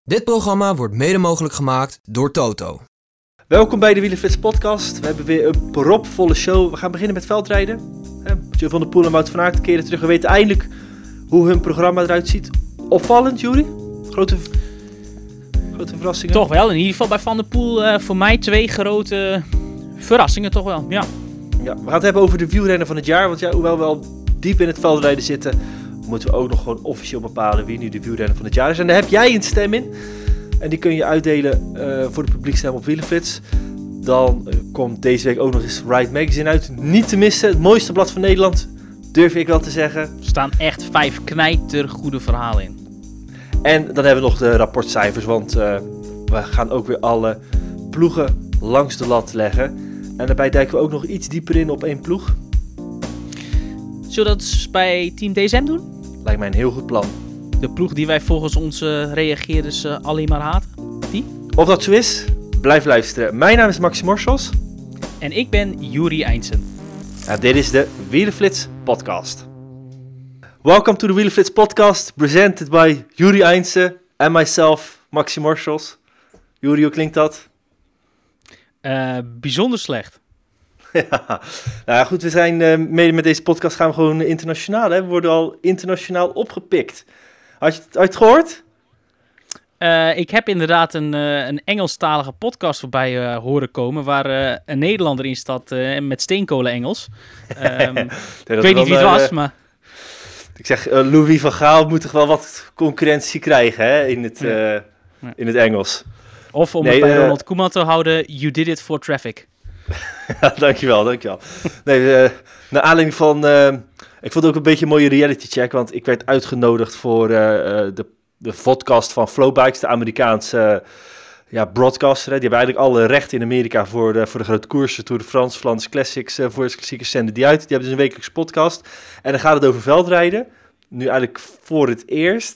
Dit programma wordt mede mogelijk gemaakt door Toto. Welkom bij de Wielerflits podcast. We hebben weer een propvolle show. We gaan beginnen met veldrijden. Mathieu van der Poel en Wout van Aert keren terug. We weten eindelijk hoe hun programma eruit ziet. Opvallend, Juri? Grote verrassingen? Toch wel, in ieder geval bij Van der Poel voor mij 2 grote verrassingen toch wel, ja. Ja, we gaan het hebben over de wielrenner van het jaar. Want ja, hoewel we al diep in het veldrijden zitten, moeten we ook nog gewoon officieel bepalen wie nu de wielrenner van het jaar is. En daar heb jij een stem in. En die kun je uitdelen voor de publiekstem op Wielerflits. Dan komt deze week ook nog eens Ride Magazine uit. Niet te missen, het mooiste blad van Nederland, durf ik wel te zeggen. Er staan echt 5 knijtergoede verhalen in. En dan hebben we nog de rapportcijfers, want we gaan ook weer alle ploegen langs de lat leggen. En daarbij duiken we ook nog iets dieper in op één ploeg. Zullen we dat bij Team DSM doen? Lijkt mij een heel goed plan. De ploeg die wij volgens onze reageerders alleen maar haten. Die? Of dat zo is, blijf luisteren. Mijn naam is Maxi Morsels. En ik ben Juri Eindsen. En dit is de Wielerflits podcast. Welcome to the Wielerflits podcast, presented by Juri Eindsen and myself, Maxi Morsels. Juri, hoe klinkt dat? Bijzonder slecht. Ja, nou ja, goed, we zijn mede met deze podcast gaan we gewoon internationaal. Hè? We worden al internationaal opgepikt. Had je het gehoord? Ik heb inderdaad een Engelstalige podcast voorbij horen komen, waar een Nederlander in staat met steenkolen Engels. Ik weet niet wie het was, maar... Ik zeg, Louis van Gaal moet toch wel wat concurrentie krijgen, hè, in het Engels. Of om het bij Ronald Koeman te houden, you did it for traffic. Ja, dankjewel. Nee, naar aanleiding van... ik vond het ook een beetje een mooie reality check, want ik werd uitgenodigd voor de podcast van Flowbikes, de Amerikaanse broadcaster. Hè. Die hebben eigenlijk alle rechten in Amerika voor de grote koersen, Tour de France, Flanders Classics, voor de klassiekers zenden die uit. Die hebben dus een wekelijkse podcast. En dan gaat het over veldrijden. Nu eigenlijk voor het eerst.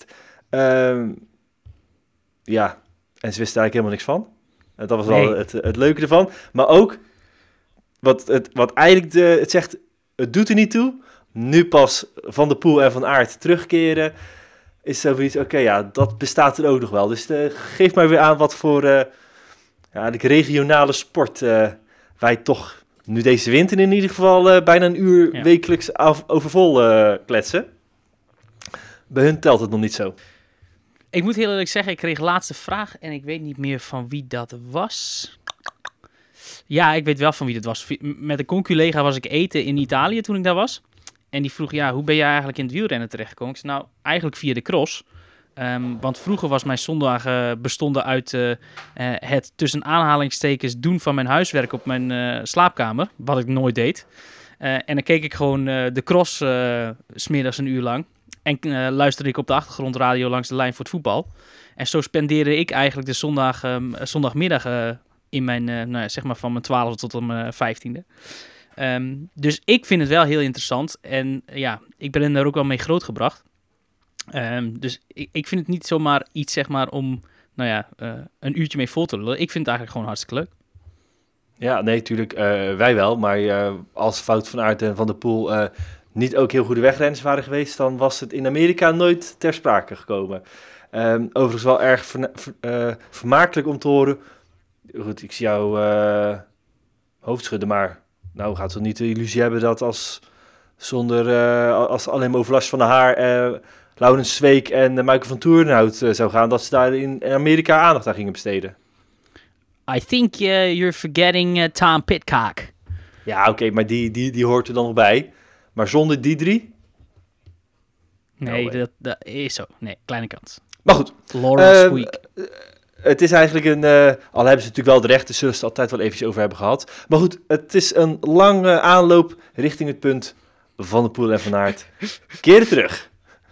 En ze wisten eigenlijk helemaal niks van. En dat was wel het leuke ervan. Maar ook, wat eigenlijk het zegt, het doet er niet toe. Nu pas Van der Poel en Van Aert terugkeren, is zoiets, dat bestaat er ook nog wel. Dus geef maar weer aan wat voor regionale sport wij toch, nu deze winter in ieder geval, bijna een uur wekelijks overvol kletsen. Bij hun telt het nog niet zo. Ik moet heel eerlijk zeggen, ik kreeg laatste vraag en ik weet niet meer van wie dat was. Ja, ik weet wel van wie dat was. Met een conculega was ik eten in Italië toen ik daar was. En die vroeg, hoe ben jij eigenlijk in het wielrennen terechtgekomen? Ik zei, nou, eigenlijk via de cross. Want vroeger was mijn zondagen bestonden uit het tussen aanhalingstekens doen van mijn huiswerk op mijn slaapkamer. Wat ik nooit deed. En dan keek ik gewoon de cross 's middags een uur lang. En luisterde ik op de achtergrondradio langs de lijn voor het voetbal. En zo spendeerde ik eigenlijk de zondagmiddag in mijn, zeg maar van mijn 12e tot aan mijn 15e. Dus ik vind het wel heel interessant. En ik ben er ook wel mee grootgebracht. Dus ik vind het niet zomaar iets, zeg maar, om een uurtje mee vol te lullen. Ik vind het eigenlijk gewoon hartstikke leuk. Ja, nee, natuurlijk. Wij wel. Maar als Wout van Aert en Van der Poel niet ook heel goede wegrenners waren geweest, dan was het in Amerika nooit ter sprake gekomen. Overigens wel erg vermakelijk om te horen. Goed, ik zie jou hoofd schudden, maar nou gaat het niet de illusie hebben dat als alleen maar overlast van de haar Laurens Zweek en Michael van Toornhout zou gaan, dat ze daar in Amerika aandacht aan gingen besteden. I think you're forgetting Tom Pidcock. Ja, oké, maar die hoort er dan nog bij. Maar zonder die 3? Nee, dat is zo. Nee, kleine kans. Maar goed. Lawrence Week. Het is eigenlijk al hebben ze natuurlijk wel de rechten, zullen ze het altijd wel eventjes over hebben gehad. Maar goed, het is een lange aanloop richting het punt Van der Poel en Van Aert keren terug.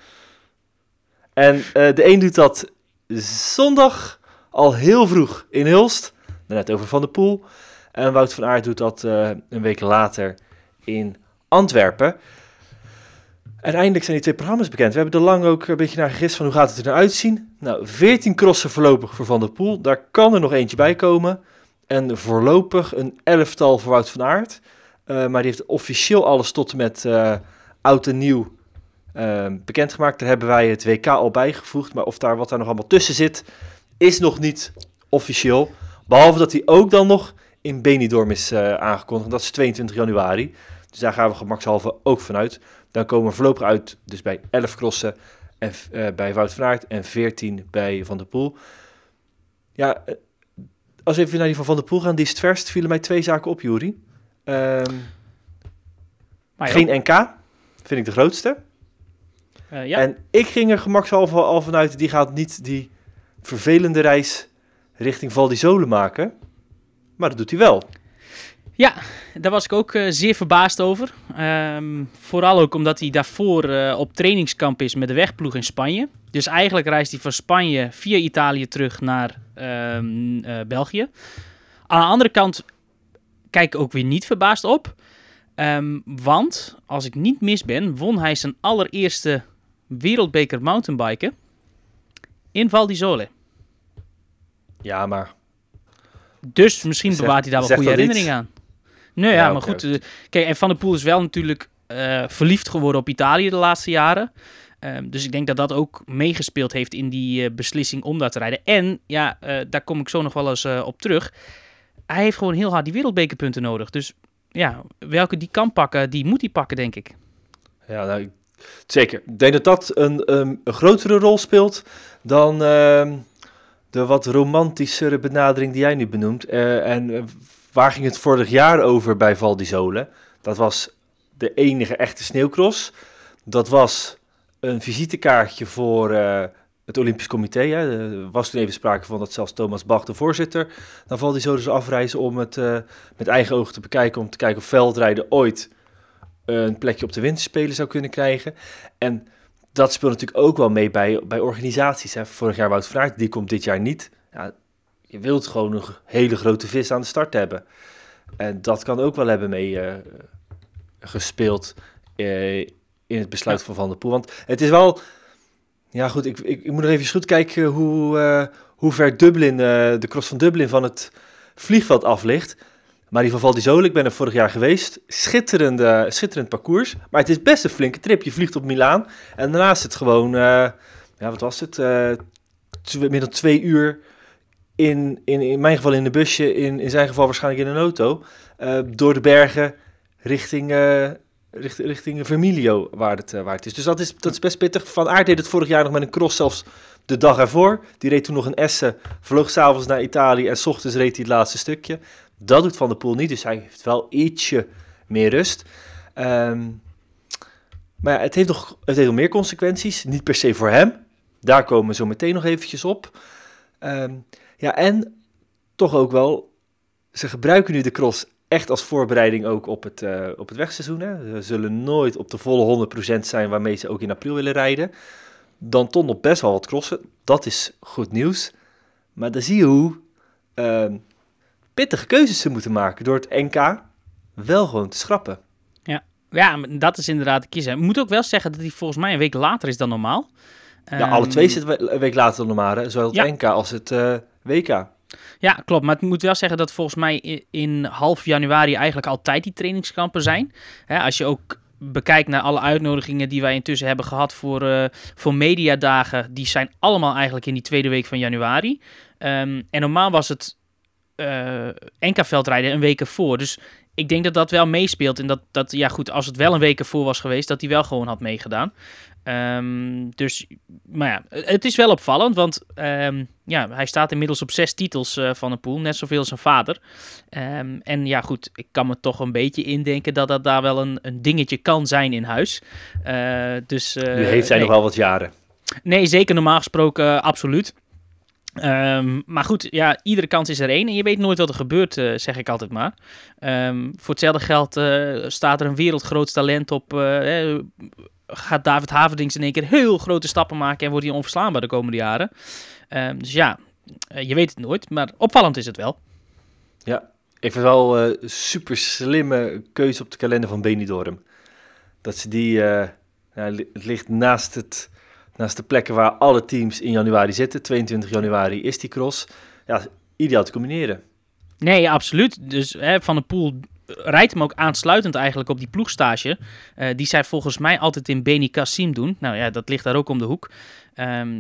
En de een doet dat zondag al heel vroeg in Hulst. Net over Van der Poel. En Wout van Aert doet dat een week later in Antwerpen. En eindelijk zijn die 2 programma's bekend. We hebben er lang ook een beetje naar gegist van hoe gaat het er nou uitzien. Nou, 14 crossen voorlopig voor Van der Poel. Daar kan er nog eentje bij komen. En voorlopig een 11-tal voor Wout van Aert. Maar die heeft officieel alles tot en met oud en nieuw bekendgemaakt. Daar hebben wij het WK al bijgevoegd. Maar wat daar nog allemaal tussen zit, is nog niet officieel. Behalve dat hij ook dan nog in Benidorm is aangekondigd. Dat is 22 januari. Dus daar gaan we gemakshalve ook vanuit. Dan komen we voorlopig uit dus bij 11 crossen en, bij Wout van Aert en 14 bij Van der Poel. Ja, als we even naar die van der Poel gaan, die is het verst. Vielen mij 2 zaken op, Juri. Geen NK, vind ik de grootste. Ja. En ik ging er gemakshalve al vanuit, die gaat niet die vervelende reis richting Val di Sole maken. Maar dat doet hij wel. Ja, daar was ik ook zeer verbaasd over. Vooral ook omdat hij daarvoor op trainingskamp is met de wegploeg in Spanje. Dus eigenlijk reist hij van Spanje via Italië terug naar België. Aan de andere kant kijk ik ook weer niet verbaasd op. Want, als ik niet mis ben, won hij zijn allereerste wereldbeker mountainbiken in Val di Sole. Ja, maar... Dus misschien bewaart hij daar wel goede herinneringen aan. Nee, ja, maar okay. goed. Kijk, en Van der Poel is wel natuurlijk verliefd geworden op Italië de laatste jaren. Dus ik denk dat dat ook meegespeeld heeft in die beslissing om daar te rijden. En, ja, daar kom ik zo nog wel eens op terug. Hij heeft gewoon heel hard die wereldbekerpunten nodig. Dus ja, welke die kan pakken, die moet hij pakken, denk ik. Ja, nou, zeker. Ik denk dat dat een grotere rol speelt dan de wat romantischere benadering die jij nu benoemt. Waar ging het vorig jaar over bij Val di Sole? Dat was de enige echte sneeuwcross. Dat was een visitekaartje voor het Olympisch Comité. Hè. Er was toen even sprake van dat zelfs Thomas Bach, de voorzitter, naar Val di Sole zou afreizen om het met eigen ogen te bekijken. Om te kijken of veldrijden ooit een plekje op de winterspelen zou kunnen krijgen. En dat speelt natuurlijk ook wel mee bij organisaties. Hè. Vorig jaar Wout van Aert, die komt dit jaar niet. Ja, je wilt gewoon een hele grote vis aan de start hebben. En dat kan ook wel hebben mee gespeeld in het besluit van der Poel. Want het is wel... Ja goed, ik moet nog even goed kijken hoe ver Dublin, de cross van Dublin van het vliegveld af ligt. Maar die van Val di Sole, ik ben er vorig jaar geweest. Schitterend parcours. Maar het is best een flinke trip. Je vliegt op Milaan en daarna is het gewoon... wat was het? Meer dan 2 uur in mijn geval in een busje. In zijn geval waarschijnlijk in een auto. Door de bergen richting Vermilio waar het is. Dus dat is best pittig. Van Aert deed het vorig jaar nog met een cross zelfs de dag ervoor. Die reed toen nog een Essen, vloog s'avonds naar Italië en 's ochtends reed hij het laatste stukje. Dat doet Van der Poel niet, dus hij heeft wel ietsje meer rust. Maar ja, het heeft nog meer consequenties. Niet per se voor hem. Daar komen we zo meteen nog eventjes op. En toch ook wel, ze gebruiken nu de cross echt als voorbereiding ook op het wegseizoen. Hè. Ze zullen nooit op de volle 100% zijn waarmee ze ook in april willen rijden. Dan toch nog best wel wat crossen. Dat is goed nieuws. Maar dan zie je hoe pittige keuzes ze moeten maken door het NK wel gewoon te schrappen. Ja, dat is inderdaad de kiezer. Ik moet ook wel zeggen dat hij volgens mij een week later is dan normaal. Alle twee zitten een week later dan normaal, hè? Zowel het NK als het WK. Ja, klopt. Maar ik moet wel zeggen dat volgens mij in half januari eigenlijk altijd die trainingskampen zijn. Als je ook bekijkt naar alle uitnodigingen die wij intussen hebben gehad voor mediadagen, die zijn allemaal eigenlijk in die tweede week van januari. En normaal was het NK-veldrijden een week ervoor. Dus ik denk dat dat wel meespeelt. En dat ja goed, als het wel een week ervoor was geweest, dat hij wel gewoon had meegedaan. Maar ja, het is wel opvallend, want hij staat inmiddels op 6 titels van der Poel, net zoveel als zijn vader. En ja goed, ik kan me toch een beetje indenken dat daar wel een dingetje kan zijn in huis. Nu heeft hij nog wel wat jaren. Nee, zeker normaal gesproken absoluut. Maar goed, ja, iedere kans is er één en je weet nooit wat er gebeurt, zeg ik altijd maar. Voor hetzelfde geld staat er een wereldgroot talent op. Gaat David Haverdings in één keer heel grote stappen maken en wordt hij onverslaanbaar de komende jaren. Dus ja, je weet het nooit, maar opvallend is het wel. Ja, ik vind wel super slimme keuze op de kalender van Benidorm. Dat ze die, het ligt naast de plekken waar alle teams in januari zitten. 22 januari is die cross. Ja, ideaal te combineren. Nee, absoluut. Dus Van der Poel rijdt hem ook aansluitend eigenlijk op die ploegstage. Die zij volgens mij altijd in Beni Kassim doen. Nou ja, dat ligt daar ook om de hoek.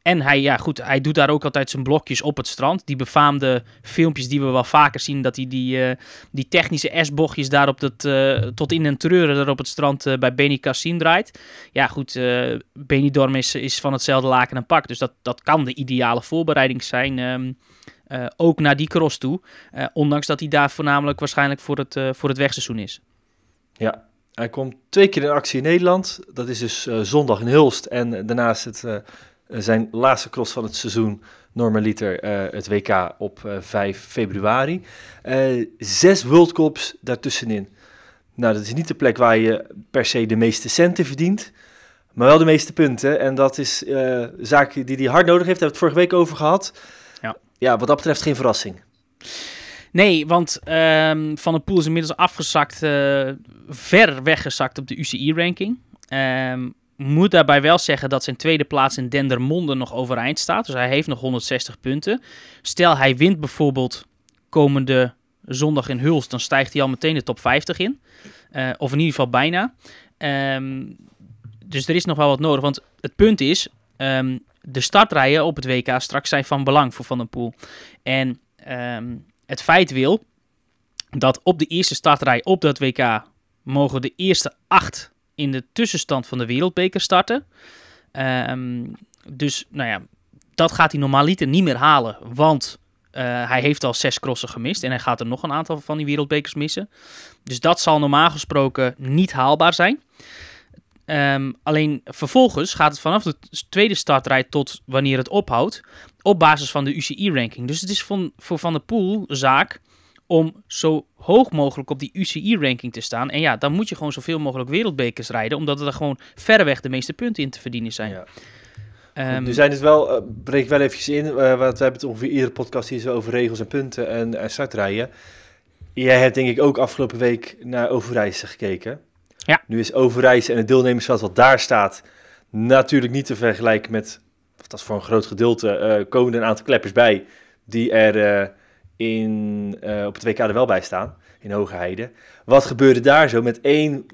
En hij doet daar ook altijd zijn blokjes op het strand. Die befaamde filmpjes die we wel vaker zien, dat hij die technische S-bochtjes daar op tot in een treuren er op het strand bij Beni Kassim draait. Ja goed, Benidorm is van hetzelfde laken en pak. Dus dat kan de ideale voorbereiding zijn, ook naar die cross toe. Ondanks dat hij daar voornamelijk waarschijnlijk voor het wegseizoen is. Ja, hij komt 2 keer in actie in Nederland. Dat is dus zondag in Hulst en daarnaast zijn laatste cross van het seizoen, normaliter het WK op 5 februari. 6 World Cups daartussenin. Nou, dat is niet de plek waar je per se de meeste centen verdient, maar wel de meeste punten. En dat is zaak die hij hard nodig heeft. Daar hebben we het vorige week over gehad. Ja, wat dat betreft geen verrassing. Nee, want Van der Poel is inmiddels afgezakt, ver weggezakt op de UCI-ranking. Moet daarbij wel zeggen dat zijn tweede plaats in Dendermonde nog overeind staat. Dus hij heeft nog 160 punten. Stel, hij wint bijvoorbeeld komende zondag in Hulst, dan stijgt hij al meteen de top 50 in. Of in ieder geval bijna. Dus er is nog wel wat nodig. Want het punt is, de startrijen op het WK straks zijn van belang voor Van der Poel. En het feit wil dat op de eerste startrij op dat WK mogen de eerste 8 in de tussenstand van de wereldbeker starten. Dus nou ja, dat gaat hij normaliter niet meer halen, want hij heeft al 6 crossen gemist en hij gaat er nog een aantal van die wereldbekers missen. Dus dat zal normaal gesproken niet haalbaar zijn. Alleen vervolgens gaat het vanaf de tweede startrij tot wanneer het ophoudt op basis van de UCI-ranking. Dus het is voor Van der Poel zaak om zo hoog mogelijk op die UCI-ranking te staan. En ja, dan moet je gewoon zoveel mogelijk wereldbekers rijden, omdat er gewoon verreweg de meeste punten in te verdienen zijn. Ja. Nu zijn het wel, breek wel eventjes in, want we hebben het ongeveer iedere podcast hier zo over regels en punten en startrijden. Jij hebt denk ik ook afgelopen week naar Overijse gekeken. Ja. Nu is Overijse en het deelnemersveld wat daar staat natuurlijk niet te vergelijken met, of dat is voor een groot gedeelte, komen er een aantal kleppers bij die er op het WK er wel bij staan, in Hoge Heide. Wat gebeurde daar zo met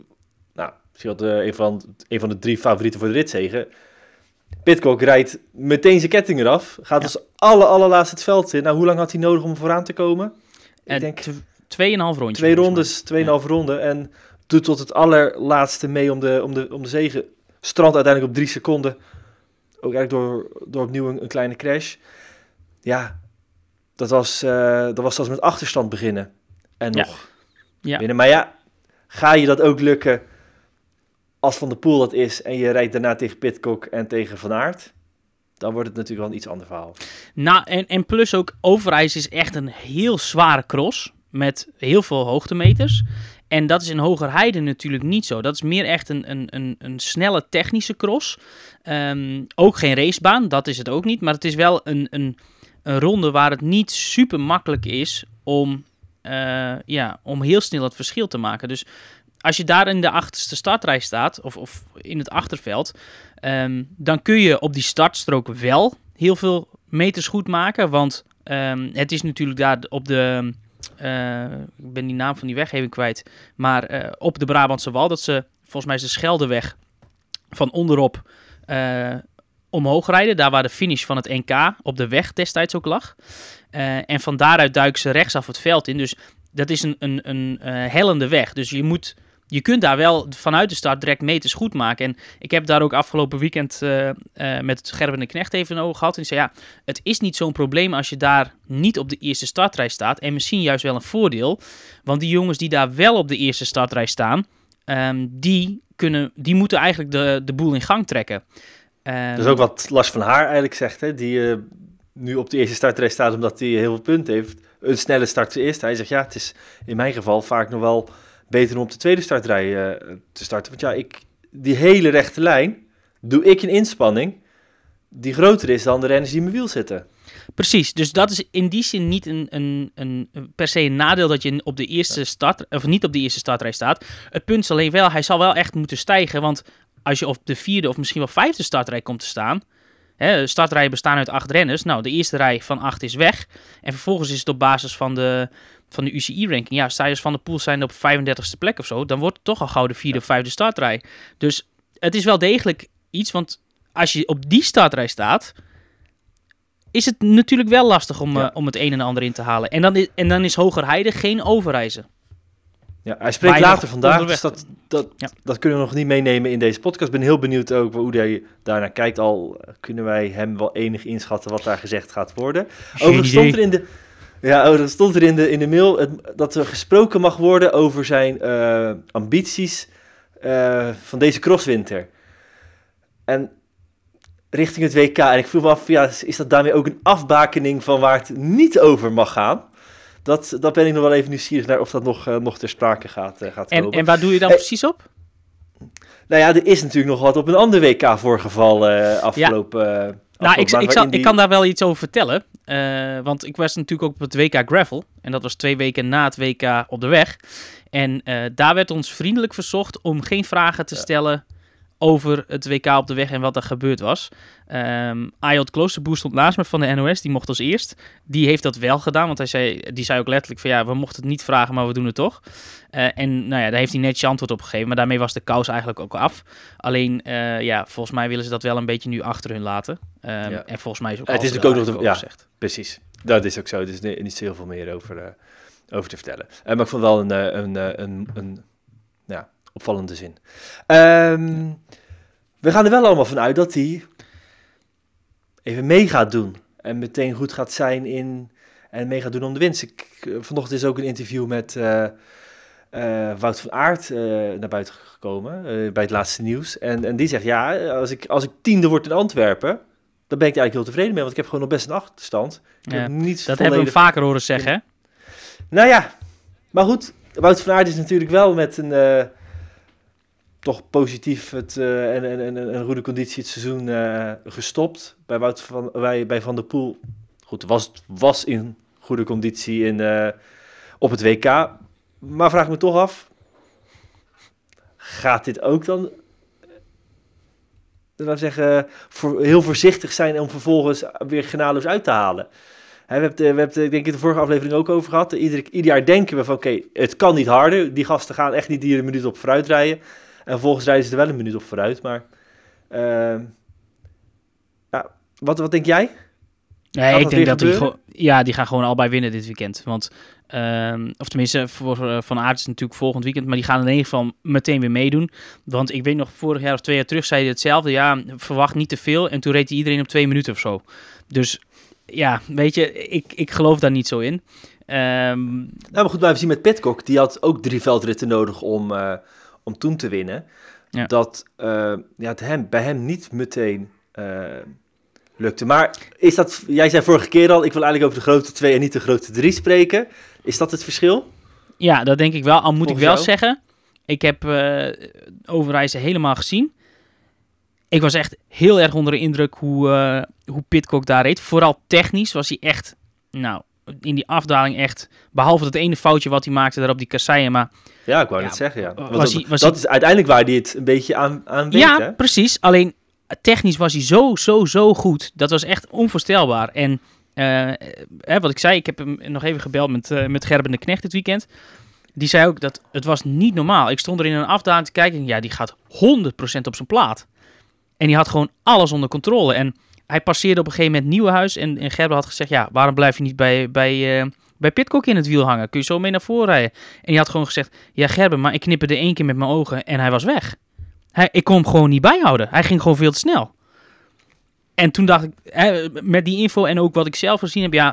een van de 3 favorieten voor de ritzege? Pidcock rijdt meteen zijn ketting eraf, gaat dus allerlaatst het veld in. Nou, hoe lang had hij nodig om vooraan te komen? Ik denk 2,5 rondjes. 2 rondes, 2,5 ronden en doet tot het allerlaatste mee om de zege. Strandt uiteindelijk op 3 seconden. Ook eigenlijk door opnieuw een kleine crash. Ja, dat was zelfs met achterstand beginnen. En nog winnen. Maar ja, ga je dat ook lukken als Van der Poel dat is en je rijdt daarna tegen Pidcock en tegen Van Aert, dan wordt het natuurlijk wel een iets ander verhaal. Nou, en plus ook Overijse is echt een heel zware cross met heel veel hoogtemeters. En dat is in Hogerheide natuurlijk niet zo. Dat is meer echt een snelle technische cross. Ook geen racebaan, dat is het ook niet. Maar het is wel een ronde waar het niet super makkelijk is om heel snel het verschil te maken. Dus als je daar in de achterste startrij staat, of in het achterveld, dan kun je op die startstrook wel heel veel meters goed maken. Want het is natuurlijk daar op de... ik ben die naam van die weg even kwijt. Maar op de Brabantse Wal, dat ze volgens mij is de Scheldeweg van onderop omhoog rijden. Daar waar de finish van het NK op de weg destijds ook lag. En van daaruit duiken ze rechtsaf het veld in. Dus dat is een hellende weg. Dus je kunt daar wel vanuit de start direct meters goed maken. En ik heb daar ook afgelopen weekend met Gerben de Knecht even over gehad. En die zei, ja, het is niet zo'n probleem als je daar niet op de eerste startrij staat. En misschien juist wel een voordeel. Want die jongens die daar wel op de eerste startrij staan, die moeten eigenlijk de boel in gang trekken. Dat is ook wat Lars van Haar eigenlijk zegt, hè? Die nu op de eerste startrij staat omdat hij heel veel punten heeft. Een snelle start eerst. Hij zegt, ja, het is in mijn geval vaak nog wel beter om op de tweede startrij te starten. Want ja, die hele rechte lijn doe ik een inspanning die groter is dan de renners die in mijn wiel zitten. Precies, dus dat is in die zin niet een per se een nadeel dat je op de eerste start, of niet op de eerste startrij staat. Het punt is alleen wel, hij zal wel echt moeten stijgen, want als je op de 4e of misschien wel 5e startrij komt te staan, startrijen bestaan uit 8 renners, nou, de eerste rij van 8 is weg, en vervolgens is het op basis van de UCI-ranking. Ja, sta je als Van der Poel zijn op 35e plek of zo, dan wordt het toch al gauw de 4e of 5e startrij. Dus het is wel degelijk iets, want als je op die startrij staat, is het natuurlijk wel lastig om het een en ander in te halen. En dan is Hogerheide geen Overijse. Ja, hij spreekt later vandaag, dus Ja. dat kunnen we nog niet meenemen in deze podcast. Ik ben heel benieuwd ook hoe hij daarnaar kijkt. Al kunnen wij hem wel enig inschatten wat daar gezegd gaat worden. Overigens stond er in de mail dat er gesproken mag worden over zijn ambities van deze crosswinter. En richting het WK. En ik vroeg me af, is dat daarmee ook een afbakening van waar het niet over mag gaan? Dat ben ik nog wel even nieuwsgierig naar of dat nog ter sprake gaat komen. En waar doe je dan precies op? Nou ja, er is natuurlijk nog wat op een ander WK voorgevallen afgelopen... Ik kan daar wel iets over vertellen. Want ik was natuurlijk ook op het WK Gravel. En dat was 2 weken na het WK op de weg. En daar werd ons vriendelijk verzocht om geen vragen te stellen over het WK op de weg en wat er gebeurd was. Ayot Kloosterboer stond naast me van de NOS, die mocht als eerst. Die heeft dat wel gedaan, want die zei ook letterlijk van we mochten het niet vragen, maar we doen het toch. En nou ja, daar heeft hij netjes antwoord op gegeven, maar daarmee was de kous eigenlijk ook af. Alleen, volgens mij willen ze dat wel een beetje nu achter hun laten. En volgens mij is ook het is natuurlijk ook nog gezegd. Precies. Dat is ook zo. Er is niet zo heel veel meer over te vertellen. Maar ik vond wel een opvallende zin. We gaan er wel allemaal van uit dat hij even mee gaat doen. En meteen goed gaat zijn en mee gaat doen om de winst. Vanochtend is ook een interview met Wout van Aert naar buiten gekomen. Bij het laatste nieuws. En die zegt, als ik 10e word in Antwerpen, dan ben ik er eigenlijk heel tevreden mee. Want ik heb gewoon nog best een achterstand. Dat hebben we hem vaker horen zeggen, hè? Nou ja, maar goed. Wout van Aert is natuurlijk wel met een... toch positief en een goede conditie het seizoen gestopt. Bij Van der Poel, goed, was in goede conditie op het WK. Maar vraag me toch af, gaat dit ook dan, laten we zeggen, heel voorzichtig zijn om vervolgens weer genadeloos uit te halen? We hebben het denk ik in de vorige aflevering ook over gehad. Ieder jaar denken we van oké, het kan niet harder. Die gasten gaan echt niet een minuut op vooruit rijden. En vervolgens rijden ze er wel een minuut op vooruit. Maar wat denk jij? Nee, ik denk dat die gaan gewoon allebei winnen dit weekend. Want, of tenminste, voor Van Aert is het natuurlijk volgend weekend. Maar die gaan in ieder geval meteen weer meedoen. Want ik weet nog, vorig jaar of 2 jaar terug zei hij hetzelfde. Ja, verwacht niet te veel. En toen reed hij iedereen op 2 minuten of zo. Dus ja, weet je, ik geloof daar niet zo in. Maar goed, blijven zien met Pidcock. Die had ook 3 veldritten nodig om toen te winnen. Ja. Dat het bij hem niet meteen lukte. Maar is dat, jij zei vorige keer al, ik wil eigenlijk over de grote 2 en niet de grote 3 spreken. Is dat het verschil? Ja, dat denk ik wel. Al moet ik wel zeggen, ik heb Overijse helemaal gezien. Ik was echt heel erg onder de indruk hoe Pidcock daar reed. Vooral technisch was hij echt, in die afdaling echt, behalve dat ene foutje wat hij maakte daar op die kasseien, maar... Ja, ik wou net zeggen, dat is uiteindelijk waar hij het een beetje aan weet, ja, hè? Precies. Alleen technisch was hij zo goed. Dat was echt onvoorstelbaar. En wat ik zei, ik heb hem nog even gebeld met Gerben de Knecht dit weekend. Die zei ook dat het was niet normaal. Ik stond er in een afdaling te kijken en die gaat 100% op zijn plaat. En die had gewoon alles onder controle. En hij passeerde op een gegeven moment Nieuwenhuis en Gerben had gezegd, waarom blijf je niet bij Pidcock in het wiel hangen? Kun je zo mee naar voren rijden? En die had gewoon gezegd, Gerben, maar ik knipperde 1 keer met mijn ogen en hij was weg. Ik kon hem gewoon niet bijhouden. Hij ging gewoon veel te snel. En toen dacht ik, met die info en ook wat ik zelf gezien heb,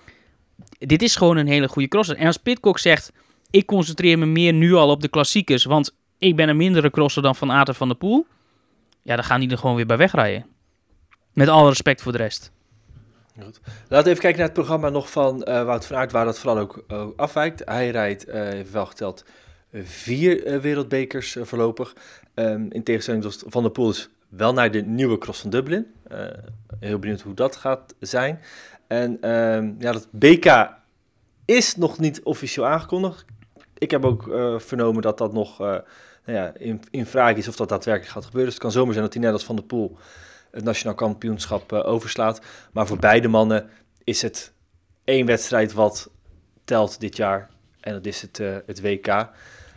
dit is gewoon een hele goede crosser. En als Pidcock zegt, ik concentreer me meer nu al op de klassiekers, want ik ben een mindere crosser dan Van Aert en Van der Poel, dan gaan die er gewoon weer bij wegrijden. Met alle respect voor de rest. Goed. Laten we even kijken naar het programma nog van Wout van Aert, waar dat vooral ook afwijkt. Hij rijdt, even wel geteld, 4 wereldbekers voorlopig. In tegenstelling tot Van der Poel is wel naar de nieuwe Cross van Dublin. Heel benieuwd hoe dat gaat zijn. En dat BK is nog niet officieel aangekondigd. Ik heb ook vernomen dat dat nog in vraag is of dat daadwerkelijk gaat gebeuren. Dus het kan zomaar zijn dat hij net als Van der Poel het nationaal kampioenschap overslaat. Maar voor beide mannen is het 1 wedstrijd wat telt dit jaar. En dat is het WK. Ja.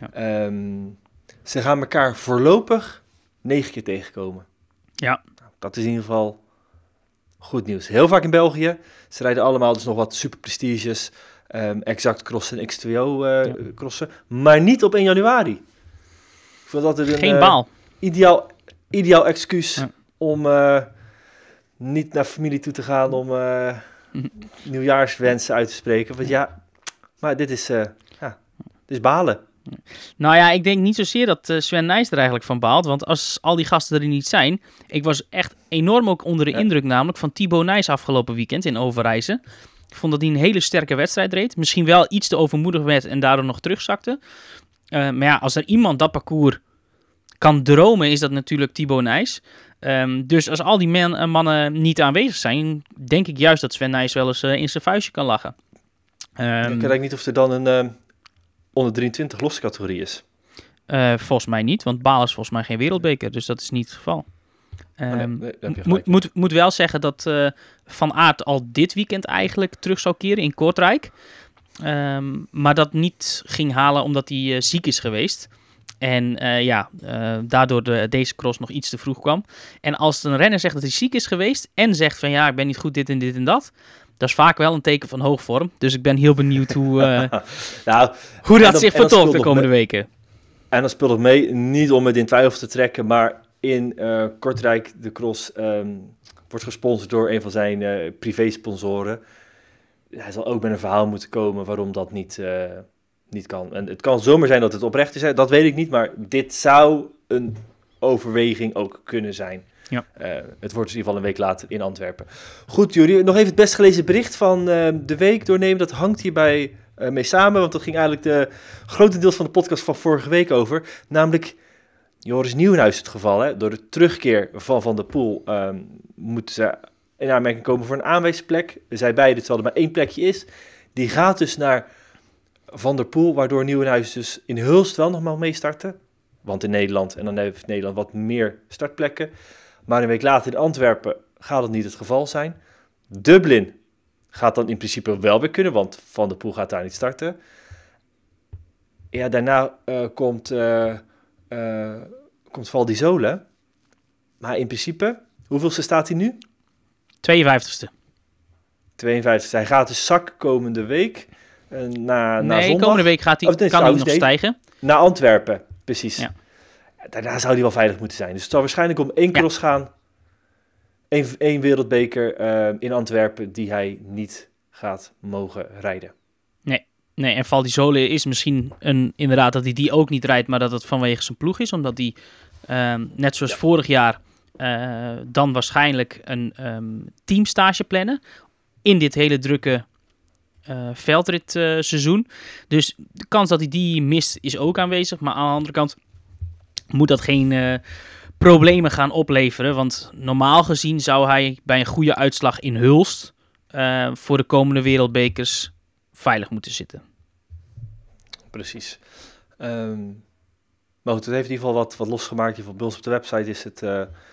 Ze gaan elkaar voorlopig 9 keer tegenkomen. Ja. Dat is in ieder geval goed nieuws. Heel vaak in België. Ze rijden allemaal dus nog wat superprestiges, Exact crossen en X2O crossen. Maar niet op 1 januari. Ik vond dat het Geen baal. Ideaal excuus om niet naar familie toe te gaan om nieuwjaarswensen uit te spreken. Want ja, maar dit is balen. Nou ja, ik denk niet zozeer dat Sven Nys er eigenlijk van baalt. Want als al die gasten er niet zijn... Ik was echt enorm ook onder de indruk namelijk van Thibaut Nys afgelopen weekend in Overijse. Ik vond dat hij een hele sterke wedstrijd reed. Misschien wel iets te overmoedig werd en daardoor nog terugzakte. Maar ja, als er iemand dat parcours kan dromen, is dat natuurlijk Thibaut Nys. Dus als al die mannen niet aanwezig zijn, denk ik juist dat Sven Nys wel eens in zijn vuistje kan lachen. Ik weet niet of er dan een onder 23 losse categorie is. Volgens mij niet, want Baal is volgens mij geen wereldbeker, dus dat is niet het geval. Moet wel zeggen dat Van Aert al dit weekend eigenlijk terug zou keren in Kortrijk. Maar dat niet ging halen omdat hij ziek is geweest. En daardoor deze cross nog iets te vroeg kwam. En als een renner zegt dat hij ziek is geweest en zegt van ja, ik ben niet goed dit en dit en dat. Dat is vaak wel een teken van hoogvorm. Dus ik ben heel benieuwd hoe dat zich vertolkt de komende weken. En dan speelt het mee, niet om het in twijfel te trekken, maar in Kortrijk, de cross wordt gesponsord door een van zijn privé-sponsoren. Hij zal ook met een verhaal moeten komen waarom dat niet kan. En het kan zomaar zijn dat het oprecht is, dat weet ik niet, maar dit zou een overweging ook kunnen zijn. Ja. Het wordt dus in ieder geval een week later in Antwerpen. Goed, Juri, nog even het best gelezen bericht van de week doornemen. Dat hangt hierbij mee samen, want dat ging eigenlijk de grotendeels van de podcast van vorige week over. Namelijk Joris Nieuwenhuis het geval. Hè? Door de terugkeer van Van der Poel moeten ze in aanmerking komen voor een aanwijsplek. Zij beide, terwijl er maar 1 plekje is. Die gaat dus naar Van der Poel, waardoor Nieuwenhuis dus in Hulst wel nog maar mee starten. Want in Nederland, en dan heeft Nederland wat meer startplekken. Maar een week later in Antwerpen gaat het niet het geval zijn. Dublin gaat dan in principe wel weer kunnen, want Van der Poel gaat daar niet starten. Ja, daarna komt Val di Sole. Maar in principe, hoeveelste staat hij nu? 52e. 52e. Hij gaat dus zak komende week. Na zondag. Komende week kan hij nog stijgen. Naar Antwerpen, precies. Ja. Daarna zou hij wel veilig moeten zijn. Dus het zal waarschijnlijk om 1 cross gaan. 1 wereldbeker in Antwerpen die hij niet gaat mogen rijden. Nee, en Val di Sole is misschien inderdaad dat hij die ook niet rijdt, maar dat het vanwege zijn ploeg is. Omdat hij, net zoals vorig jaar, dan waarschijnlijk een teamstage plannen in dit hele drukke veldritseizoen. Dus de kans dat hij die mist is ook aanwezig. Maar aan de andere kant moet dat geen problemen gaan opleveren. Want normaal gezien zou hij bij een goede uitslag in Hulst voor de komende wereldbekers veilig moeten zitten. Precies. Maar goed, het heeft in ieder geval wat losgemaakt. Bij ons op de website is het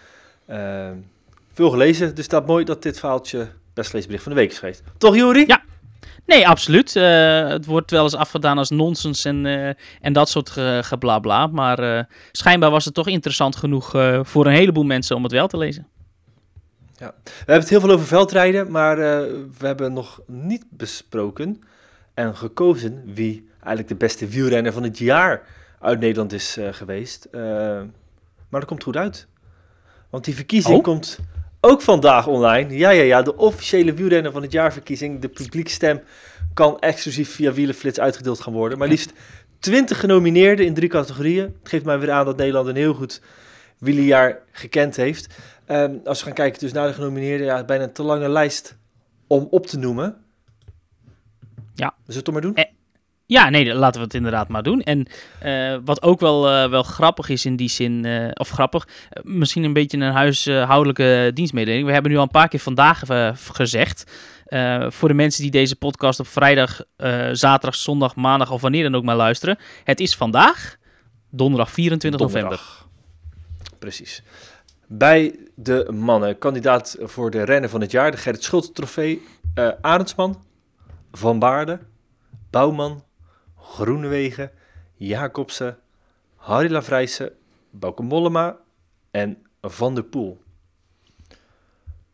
veel gelezen. Dus dat mooi dat dit verhaaltje best gelezen bericht van de week is geweest. Toch, Juri? Ja. Nee, absoluut. Het wordt wel eens afgedaan als nonsens en dat soort geblabla. Maar schijnbaar was het toch interessant genoeg voor een heleboel mensen om het wel te lezen. Ja. We hebben het heel veel over veldrijden, maar we hebben nog niet besproken en gekozen wie eigenlijk de beste wielrenner van het jaar uit Nederland is geweest. Maar dat komt goed uit. Want die verkiezing komt ook vandaag online. Ja, de officiële wielrenner van het jaarverkiezing. De publiekstem kan exclusief via Wielerflits uitgedeeld gaan worden. Maar liefst 20 genomineerden in 3 categorieën. Het geeft mij weer aan dat Nederland een heel goed wielerjaar gekend heeft. Als we gaan kijken dus naar de genomineerden, bijna een te lange lijst om op te noemen. Ja. Dus het toch maar doen? Ja, nee, laten we het inderdaad maar doen. En wat ook wel grappig is in die zin, of grappig, misschien een beetje een huishoudelijke dienstmededeling. We hebben nu al een paar keer vandaag gezegd, voor de mensen die deze podcast op vrijdag, zaterdag, zondag, maandag of wanneer dan ook maar luisteren. Het is vandaag, donderdag 24 november. Precies. Bij de mannen, kandidaat voor de renner van het jaar, de Gerrit Schulte trofee, Arendsman, Van Baarle, Bouwman, Groenewegen, Jacobsen, Harry Lavrijsen, Bauke Mollema en Van der Poel.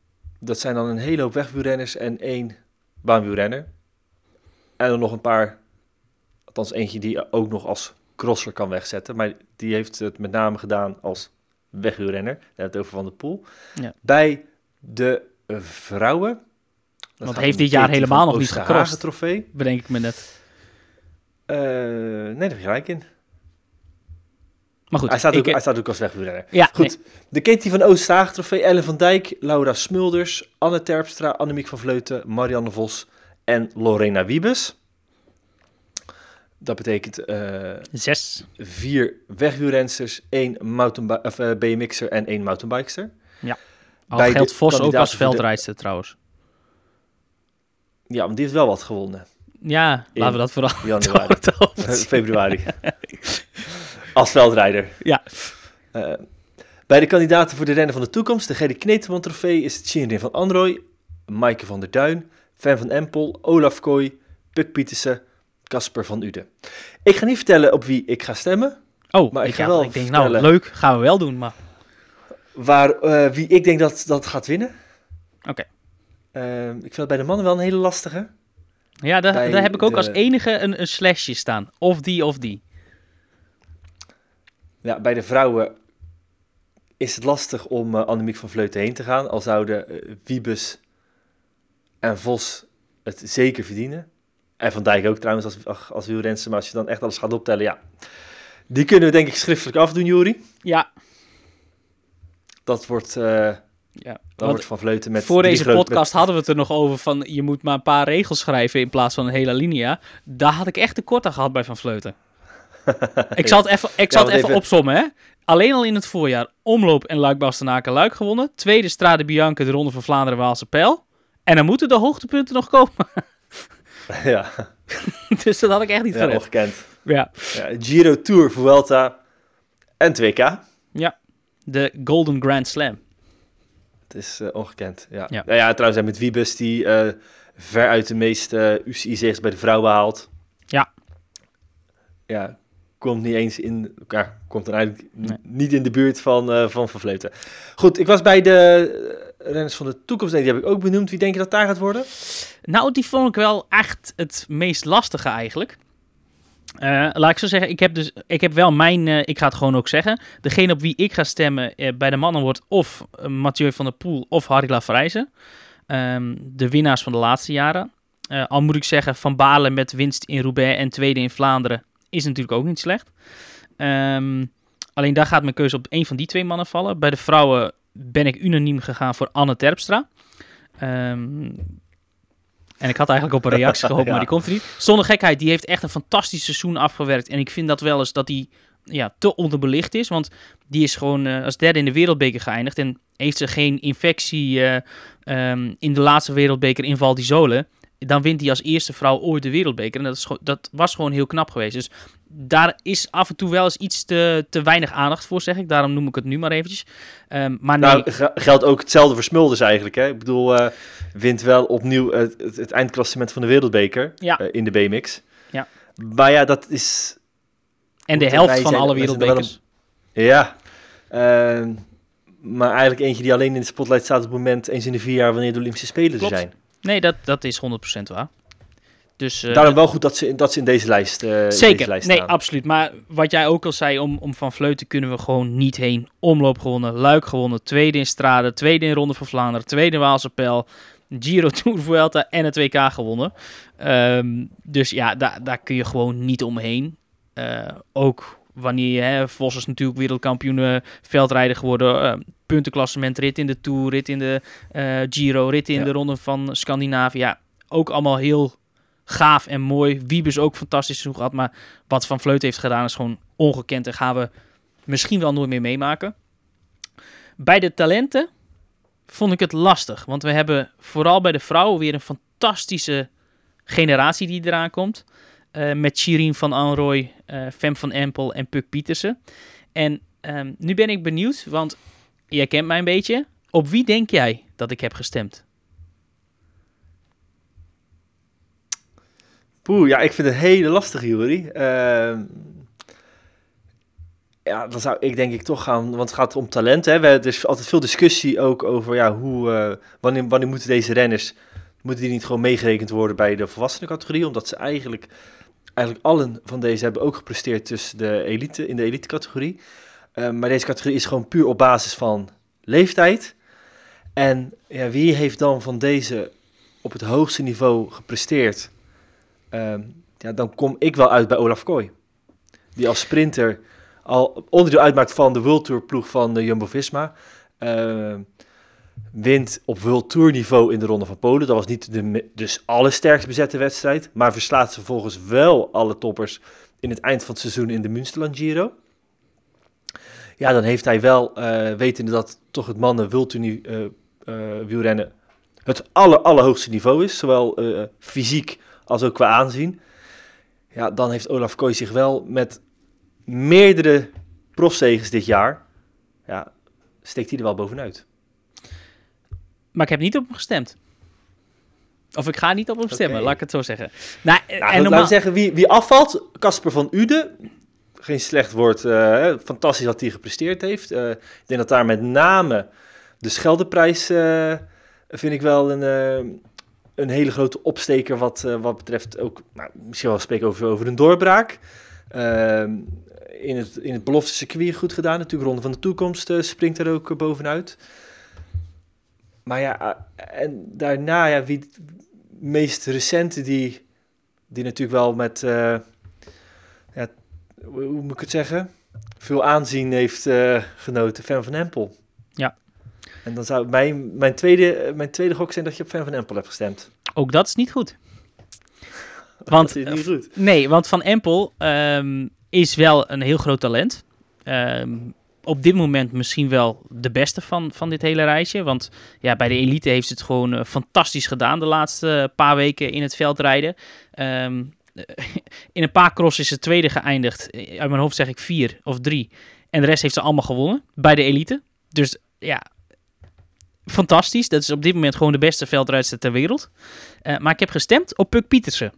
Dat zijn dan een hele hoop wegwielrenners en 1 baanwielrenner. En dan nog een paar, althans eentje die ook nog als crosser kan wegzetten. Maar die heeft het met name gedaan als wegwielrenner. Daar hebben we het over Van der Poel. Ja. Bij de vrouwen... Want heeft dit jaar helemaal nog niet gecrossed. Trofee. Bedenk ik me net. Nee, daar heb je gelijk in. Maar goed. Hij staat ook als wegwielrenner. Ja, goed. Nee. De Katie van Oost trofee. Ellen van Dijk, Laura Smulders, Anne Terpstra, Annemiek van Vleuten, Marianne Vos en Lorena Wiebes. Dat betekent 6. 4 wegwielrensters, 1 BMX'er en 1 mountainbikester. Ja. Al geldt Vos ook als veldrijdster trouwens. Ja, want die heeft wel wat gewonnen. Ja, laten we dat vooral januari. Februari. Als veldrijder. Ja. Bij de kandidaten voor de Rennen van de Toekomst, de Gerry Kneteman trofee, is het Shirin van Anrooy, Maaike van der Duin, Van van Empel, Olaf Kooi, Puk Pietersen, Casper van Uden. Ik ga niet vertellen op wie ik ga stemmen. Oh, maar ik denk, nou leuk, gaan we wel doen. Maar... wie ik denk dat gaat winnen. Oké. Ik vind het bij de mannen wel een hele lastige. Ja, daar heb ik ook als enige een slashje staan. Of die of die. Ja, bij de vrouwen is het lastig om Annemiek van Vleuten heen te gaan. Al zouden Wiebes en Vos het zeker verdienen. En Van Dijk ook trouwens als wielrenster. Maar als je dan echt alles gaat optellen, ja. Die kunnen we denk ik schriftelijk afdoen, Jori. Ja. Dat wordt... Dan wordt Van Vleuten met... Voor deze podcast hadden we het er nog over van... je moet maar een paar regels schrijven in plaats van een hele alinea. Daar had ik echt tekort aan gehad bij Van Vleuten. Ik zal het even opsommen, hè. Alleen al in het voorjaar Omloop en Luik-Bastenaken-Luik gewonnen. Tweede Strade Bianche, de Ronde van Vlaanderen-Waalse Pijl. En dan moeten de hoogtepunten nog komen. Ja. Dus dat had ik echt niet gered. Ongekend. Ja. Giro, Tour, Vuelta en 2K. Ja, de Golden Grand Slam. Het is ongekend, ja. Ja. Nou ja, trouwens met Wiebes die veruit de meeste UCI-zegs bij de vrouwen haalt. Ja. Ja, komt niet eens in... Ja, komt er eigenlijk niet in de buurt van Vleuten. Goed, ik was bij de renners van de toekomst. Nee, die heb ik ook benoemd. Wie denk je dat daar gaat worden? Nou, die vond ik wel echt het meest lastige eigenlijk. Laat ik zo zeggen, ik heb wel mijn... ik ga het gewoon ook zeggen. Degene op wie ik ga stemmen bij de mannen wordt of Mathieu van der Poel of Harry Lafrijze. De winnaars van de laatste jaren. Al moet ik zeggen, Van Baarle met winst in Roubaix en tweede in Vlaanderen is natuurlijk ook niet slecht. Alleen daar gaat mijn keuze op één van die 2 mannen vallen. Bij de vrouwen ben ik unaniem gegaan voor Anne Terpstra. En ik had eigenlijk op een reactie gehoopt, maar die komt er niet. Zonder gekheid, die heeft echt een fantastisch seizoen afgewerkt. En ik vind dat wel eens dat die te onderbelicht is. Want die is gewoon als derde in de wereldbeker geëindigd. En heeft ze geen infectie in de laatste wereldbeker in Val d'Isole. Dan wint hij als eerste vrouw ooit de wereldbeker. En dat was gewoon heel knap geweest. Dus daar is af en toe wel eens iets te weinig aandacht voor, zeg ik. Daarom noem ik het nu maar eventjes. Maar nee. Nou, geldt ook hetzelfde voor Smulders eigenlijk. Hè? Ik bedoel, wint wel opnieuw het eindklassement van de wereldbeker in de BMX. Ja. Maar ja, dat is... En de helft van alle wereldbekers. Ja. Maar eigenlijk eentje die alleen in de spotlight staat op het moment eens in de 4 jaar wanneer de Olympische Spelen zijn. Nee, dat is 100% waar. Dus, daarom wel goed dat ze in deze lijst zeker, in deze lijst nee, staan. Absoluut. Maar wat jij ook al zei, om Van Vleuten kunnen we gewoon niet heen. Omloop gewonnen, Luik gewonnen, tweede in Strade, tweede in Ronde van Vlaanderen, tweede in Waalse Pijl, Giro, Tour, Vuelta en het WK gewonnen. Dus ja, daar kun je gewoon niet omheen. Ook wanneer Vos is natuurlijk wereldkampioen veldrijder geworden. Puntenklassement, rit in de Tour, rit in de Giro, rit in de Ronde van Scandinavië. Ja, ook allemaal heel gaaf en mooi. Wiebes ook fantastisch seizoen gehad. Maar wat Van Vleuten heeft gedaan is gewoon ongekend. En gaan we misschien wel nooit meer meemaken. Bij de talenten vond ik het lastig. Want we hebben vooral bij de vrouwen weer een fantastische generatie die eraan komt. Met Shirin van Anrooy, Fem van Empel en Puk Pietersen. En nu ben ik benieuwd, want jij kent mij een beetje. Op wie denk jij dat ik heb gestemd? Poeh, ja, ik vind het een hele lastige, Juri. Ja, dan zou ik denk ik toch gaan, want het gaat om talent. Hè. Er is altijd veel discussie ook over wanneer moeten deze renners, moeten die niet gewoon meegerekend worden bij de volwassenen categorie, omdat ze eigenlijk allen van deze hebben ook gepresteerd tussen in de elite categorie. Maar deze categorie is gewoon puur op basis van leeftijd. En ja, wie heeft dan van deze op het hoogste niveau gepresteerd? Dan kom ik wel uit bij Olaf Kooi. Die als sprinter al onderdeel uitmaakt van de World Tour ploeg van de Jumbo-Visma. Wint op World Tour niveau in de Ronde van Polen. Dat was niet dus allersterkst bezette wedstrijd. Maar verslaat ze vervolgens wel alle toppers in het eind van het seizoen in de Münsterland Giro. Ja, dan heeft hij wel, wetende dat toch het mannen World Tour wielrennen het allerhoogste niveau is. Zowel fysiek als ook qua aanzien. Ja, dan heeft Olaf Kooi zich wel met meerdere profzeges dit jaar, ja, steekt hij er wel bovenuit. Maar ik heb niet op hem gestemd. Of ik ga niet op hem stemmen, laat ik het zo zeggen. Laten we zeggen, wie afvalt, Casper van Uden. Geen slecht woord, fantastisch dat hij gepresteerd heeft. Ik denk dat daar met name de Scheldeprijs, vind ik wel een hele grote opsteker wat betreft ook, misschien wel spreken over een doorbraak. In het belofte circuit goed gedaan. Natuurlijk Ronde van de Toekomst springt er ook bovenuit. Maar ja, en daarna, wie het meest recente die natuurlijk wel met, hoe moet ik het zeggen? Veel aanzien heeft genoten, Van van Empel. Ja. En dan zou mijn tweede gok zijn dat je op Van Empel hebt gestemd. Ook dat is niet goed. Want, dat is niet goed. Nee, want Van Empel is wel een heel groot talent. Op dit moment misschien wel de beste van dit hele reisje. Want ja, bij de elite heeft ze het gewoon fantastisch gedaan de laatste paar weken in het veldrijden. In een paar cross is ze tweede geëindigd. Uit mijn hoofd zeg ik 4 of 3. En de rest heeft ze allemaal gewonnen bij de elite. Dus ja, fantastisch. Dat is op dit moment gewoon de beste veldrijdster ter wereld. Maar ik heb gestemd op Puk Pietersen.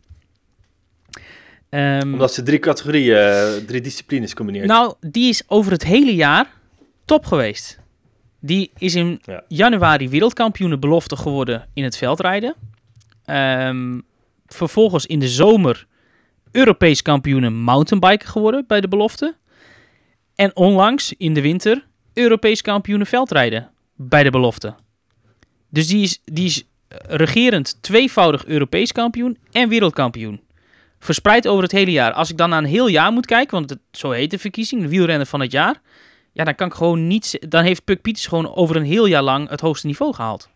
Omdat ze 3 categorieën, 3 disciplines combineert. Nou, die is over het hele jaar top geweest. Die is in januari wereldkampioene belofte geworden in het veldrijden. Vervolgens in de zomer Europees kampioene mountainbiker geworden bij de belofte. En onlangs in de winter Europees kampioene veldrijden bij de belofte. Dus die is regerend tweevoudig Europees kampioen en wereldkampioen. Verspreid over het hele jaar. Als ik dan naar een heel jaar moet kijken, want zo heet de verkiezing, de wielrenner van het jaar. Ja, dan kan ik gewoon niet. Dan heeft Puk Pieters gewoon over een heel jaar lang het hoogste niveau gehaald.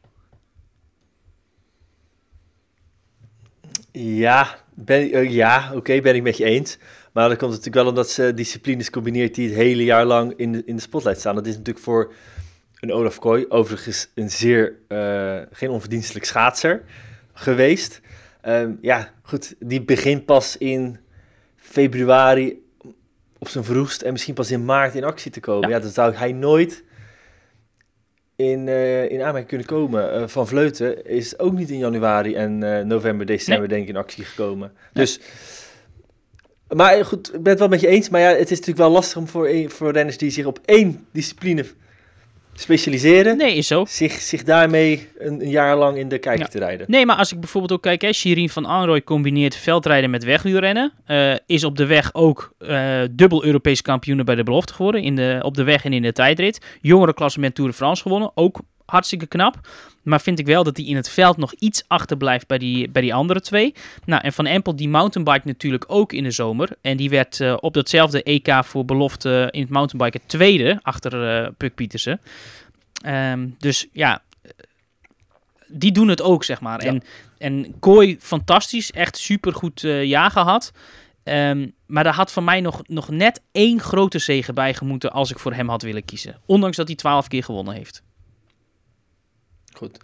Ja, ben ik met je eens. Maar dat komt natuurlijk wel omdat ze disciplines combineert die het hele jaar lang in de spotlight staan. Dat is natuurlijk voor een Olaf Kooi overigens een zeer geen onverdienstelijk schaatser geweest. Goed, die begint pas in februari op zijn vroegst en misschien pas in maart in actie te komen. Ja, dan zou hij nooit in aanmerking kunnen komen. Van Vleuten is ook niet in januari en november, december denk ik in actie gekomen. Nee. Dus, maar goed, ik ben het wel met je eens. Maar ja, het is natuurlijk wel lastig om voor renners die zich op één discipline specialiseren. Nee, is zo. Zich daarmee een jaar lang in de kijker te rijden. Nee, maar als ik bijvoorbeeld ook kijk, Shirin van Anrooy combineert veldrijden met wegwielrennen. Is op de weg ook dubbel Europees kampioen bij de belofte geworden. Op de weg en in de tijdrit. Jongerenklassement Tour de France gewonnen. Ook hartstikke knap. Maar vind ik wel dat hij in het veld nog iets achterblijft bij die andere twee. Nou, en Van Empel die mountainbike natuurlijk ook in de zomer. En die werd op datzelfde EK voor belofte in het mountainbiken tweede achter Puk Pietersen. Dus ja, die doen het ook, zeg maar. Ja. En Kooi, fantastisch. Echt supergoed jaar gehad. Maar daar had van mij nog net 1 grote zege bij gemoeten als ik voor hem had willen kiezen. Ondanks dat hij 12 keer gewonnen heeft. Goed.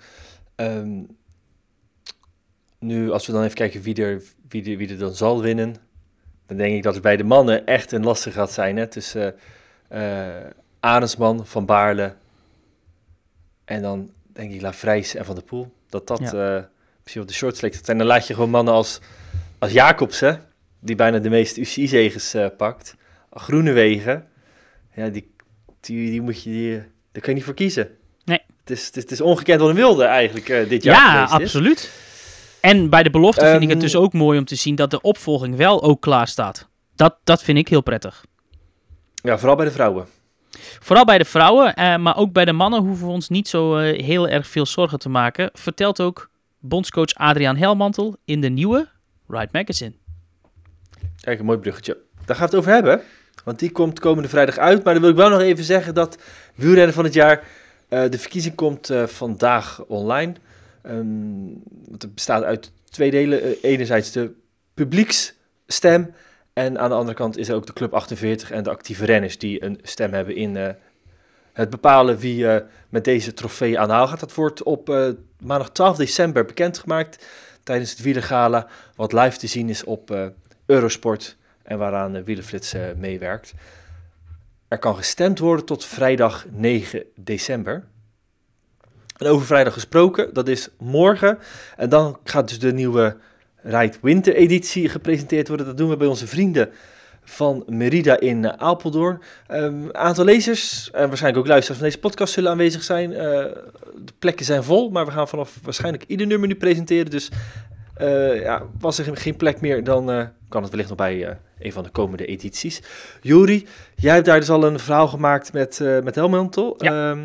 Nu, als we dan even kijken wie er dan zal winnen, dan denk ik dat het bij de mannen echt een lastig gaat zijn. Hè? Tussen Arendsman, Van Baarle en dan denk ik Lafrijs en Van der Poel. Dat misschien op de short select zijn. Dan laat je gewoon mannen als Jacobsen, die bijna de meeste UCI-zeges pakt. Groenewegen. Ja, die moet je... daar kan je niet voor kiezen. Nee. Het is ongekend wat een wilde eigenlijk dit jaar Ja, geweest absoluut. En bij de belofte vind ik het dus ook mooi om te zien dat de opvolging wel ook klaar staat. Dat vind ik heel prettig. Ja, vooral bij de vrouwen. Vooral bij de vrouwen, maar ook bij de mannen hoeven we ons niet zo heel erg veel zorgen te maken. Vertelt ook bondscoach Adriaan Helmantel in de nieuwe Ride Magazine. Kijk, een mooi bruggetje. Daar gaan we het over hebben. Want die komt komende vrijdag uit. Maar dan wil ik wel nog even zeggen dat wielrennen van het jaar... de verkiezing komt vandaag online. Want het bestaat uit 2 delen. Enerzijds de publieksstem. En aan de andere kant is er ook de Club 48 en de actieve renners die een stem hebben in het bepalen wie met deze trofee aan de haal gaat. Dat wordt op maandag 12 december bekendgemaakt tijdens het wielergala, wat live te zien is op Eurosport en waaraan Wielerflits meewerkt. Er kan gestemd worden tot vrijdag 9 december. En over vrijdag gesproken, dat is morgen. En dan gaat dus de nieuwe Ride Winter editie gepresenteerd worden. Dat doen we bij onze vrienden van Merida in Apeldoorn. Een aantal lezers en waarschijnlijk ook luisteraars van deze podcast zullen aanwezig zijn. De plekken zijn vol, maar we gaan vanaf waarschijnlijk ieder nummer nu presenteren. Dus was er geen plek meer, dan kan het wellicht nog bij een van de komende edities. Juri, jij hebt daar dus al een verhaal gemaakt met Helmantel. Ja.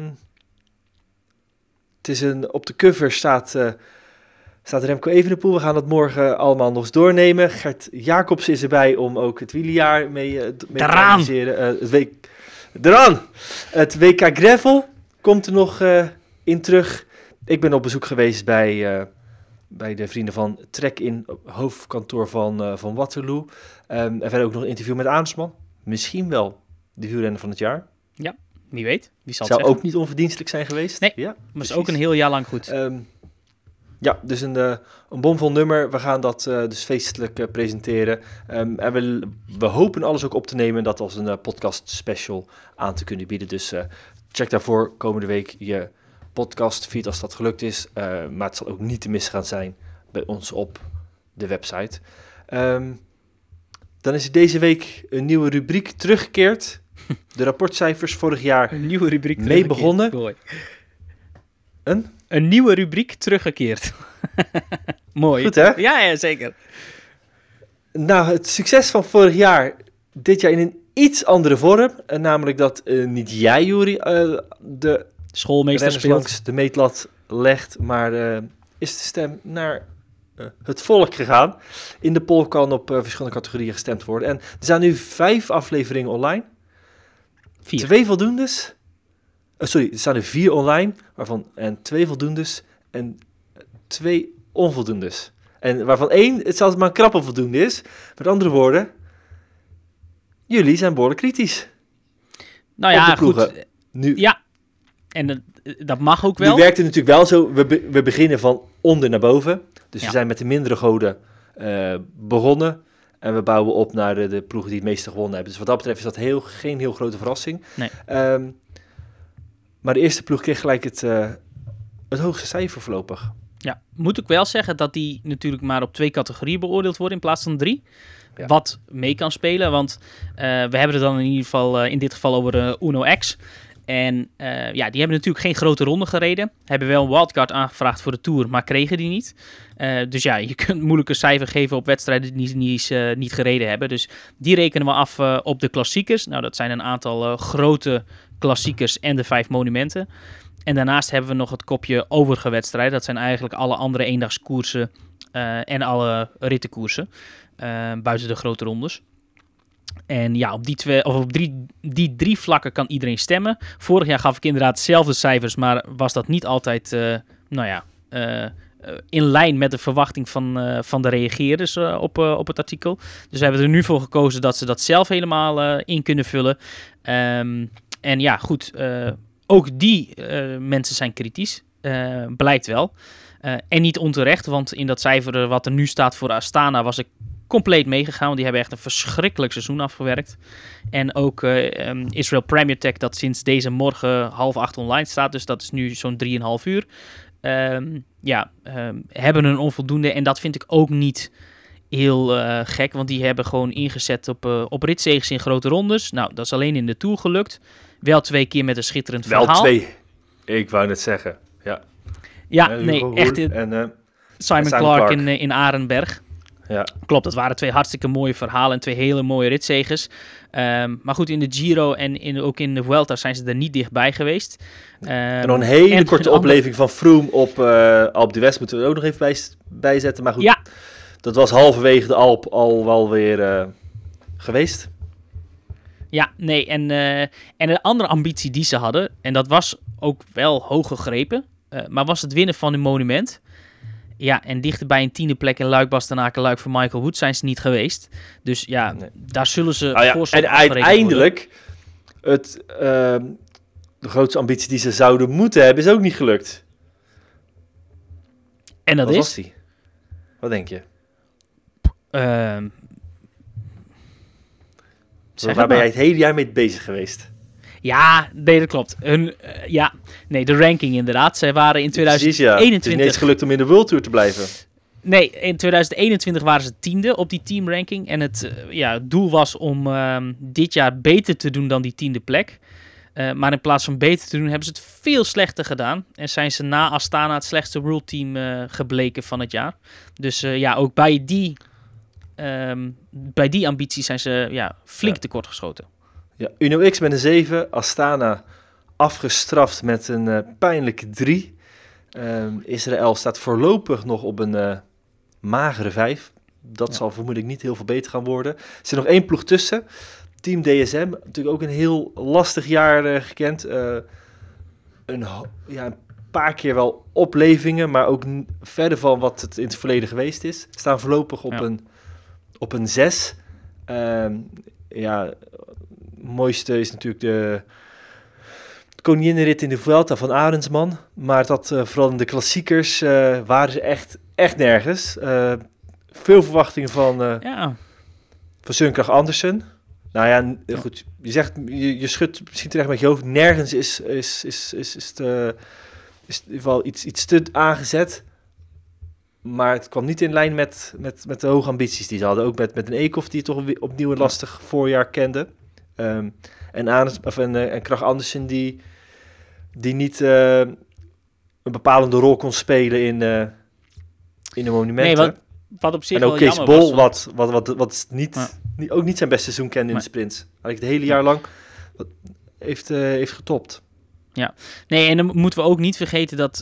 Het is op de cover staat Remco Evenepoel. We gaan dat morgen allemaal nog eens doornemen. Gert Jacobs is erbij om ook het wielerjaar mee te organiseren. Het WK Gravel komt er nog in terug. Ik ben op bezoek geweest bij de vrienden van Trek in hoofdkantoor van Waterloo. En verder ook nog een interview met Arendsman. Misschien wel de wielrenner van het jaar. Ja, wie weet. Wie zal het Zou zeggen. ook niet onverdienstelijk zijn geweest. Nee, ja, maar is ook een heel jaar lang goed. Ja, dus een bomvol nummer. We gaan dat dus feestelijk presenteren. En we hopen alles ook op te nemen en dat als een podcast special aan te kunnen bieden. Dus check daarvoor komende week je podcast feed als dat gelukt is. Maar het zal ook niet te missen gaan zijn bij ons op de website. Dan is er deze week een nieuwe rubriek teruggekeerd. De rapportcijfers vorig jaar Een nieuwe rubriek mee begonnen. Mooi. Een nieuwe rubriek teruggekeerd. Mooi. Goed, hè? Ja, zeker. Nou, het succes van vorig jaar, dit jaar in een iets andere vorm. Namelijk dat niet jij, Juri, de Schoolmeester renners speelt. langs de meetlat legt, maar is de stem naar het volk gegaan. In de poll kan op verschillende categorieën gestemd worden. En er zijn nu 5 afleveringen online. 4. 2 voldoendes. Er staan er 4 online, en 2 voldoendes en 2 onvoldoendes. En waarvan 1 het zelfs maar een krappe voldoende is. Met andere woorden, jullie zijn behoorlijk kritisch. Nou op ja, de ploegen. goed. Nu, Ja, en dat mag ook wel. nu werkt het natuurlijk wel zo, we beginnen van onder naar boven. Dus Ja. we zijn met de mindere goden begonnen. En we bouwen op naar de ploegen die het meeste gewonnen hebben. Dus wat dat betreft is dat geen heel grote verrassing. Nee. Maar de eerste ploeg kreeg gelijk het hoogste cijfer voorlopig. Ja, moet ik wel zeggen dat die natuurlijk maar op 2 categorieën beoordeeld worden in plaats van 3. Ja. Wat mee kan spelen, want we hebben het dan in ieder geval in dit geval over Uno X. En die hebben natuurlijk geen grote ronde gereden. Hebben wel een wildcard aangevraagd voor de Tour, maar kregen die niet. Dus ja, je kunt moeilijk een cijfer geven op wedstrijden die niet gereden hebben. Dus die rekenen we af op de klassiekers. Nou, dat zijn een aantal grote klassiekers en de 5 monumenten. En daarnaast hebben we nog het kopje overige wedstrijden. Dat zijn eigenlijk alle andere eendagskoersen en alle rittenkoersen. Buiten de grote rondes. En ja, op die drie vlakken kan iedereen stemmen. Vorig jaar gaf ik inderdaad dezelfde cijfers, maar was dat niet altijd in lijn met de verwachting van de reageerders op het artikel. Dus we hebben er nu voor gekozen dat ze dat zelf helemaal in kunnen vullen. En ja, goed, ook die mensen zijn kritisch, blijkt wel. En niet onterecht, want in dat cijfer wat er nu staat voor Astana was ik compleet meegegaan, want die hebben echt een verschrikkelijk seizoen afgewerkt. En ook Israel Premier Tech, dat sinds deze morgen 7:30 online staat, dus dat is nu zo'n 3,5 uur. Hebben een onvoldoende en dat vind ik ook niet heel gek, want die hebben gewoon ingezet op ritzeges in grote rondes. Nou, dat is alleen in de Tour gelukt. Wel 2 keer met een schitterend verhaal. Wel 2, ik wou net zeggen. Ja, nee, echt. En Simon Clark in Arenberg. Ja. Klopt, dat waren 2 hartstikke mooie verhalen en 2 hele mooie ritzeges. Maar goed, in de Giro en ook in de Vuelta zijn ze er niet dichtbij geweest. En nog een hele korte opleving van Froome op Alpe d'Huez moeten we er ook nog even bijzetten. Maar goed, dat was halverwege de Alp al wel weer geweest. Ja, nee, en een andere ambitie die ze hadden, en dat was ook wel hoog gegrepen, maar was het winnen van een monument. Ja, en dichter bij een 10e plek in Luik-Bastenaken-Luik voor Michael Woods zijn ze niet geweest. Dus ja, daar zullen ze voor en uiteindelijk, de grootste ambitie die ze zouden moeten hebben, is ook niet gelukt. En dat Wat is? was die? Wat denk je? Waar ben jij het hele jaar mee bezig geweest? Ja, nee, dat klopt. De ranking inderdaad. Zij waren in 2021... Het is niet eens gelukt om in de World Tour te blijven. Nee, in 2021 waren ze 10e op die teamranking. En het doel was om dit jaar beter te doen dan die 10e plek. Maar in plaats van beter te doen, hebben ze het veel slechter gedaan. En zijn ze na Astana het slechtste World Team gebleken van het jaar. Dus ook bij die ambitie zijn ze flink tekortgeschoten. Ja, Uno X met een 7, Astana afgestraft met een pijnlijke 3. Israël staat voorlopig nog op een magere 5. Dat zal vermoedelijk niet heel veel beter gaan worden. Er zit nog 1 ploeg tussen. Team DSM, natuurlijk ook een heel lastig jaar gekend. Een paar keer wel oplevingen, maar ook verder van wat het in het verleden geweest is. Staan voorlopig op een 6. Het mooiste is natuurlijk de koninginnenrit in de Vuelta van Arendsman. Maar vooral in de klassiekers waren ze echt nergens. Veel verwachtingen van Søren Kragh Andersen. Nou ja, goed. Je zegt, je schudt misschien terecht met je hoofd. Nergens is wel iets te aangezet. Maar het kwam niet in lijn met de hoge ambities die ze hadden. Ook met een Eekhoff die toch opnieuw een lastig voorjaar kende. En Kragh Andersen die niet een bepalende rol kon spelen in de monumenten. Nee, wat op zich en ook wel Kees jammer Bol, was. wat ook niet zijn beste seizoen kende in de sprints. Eigenlijk het hele jaar lang heeft getopt. Ja, nee, en dan moeten we ook niet vergeten dat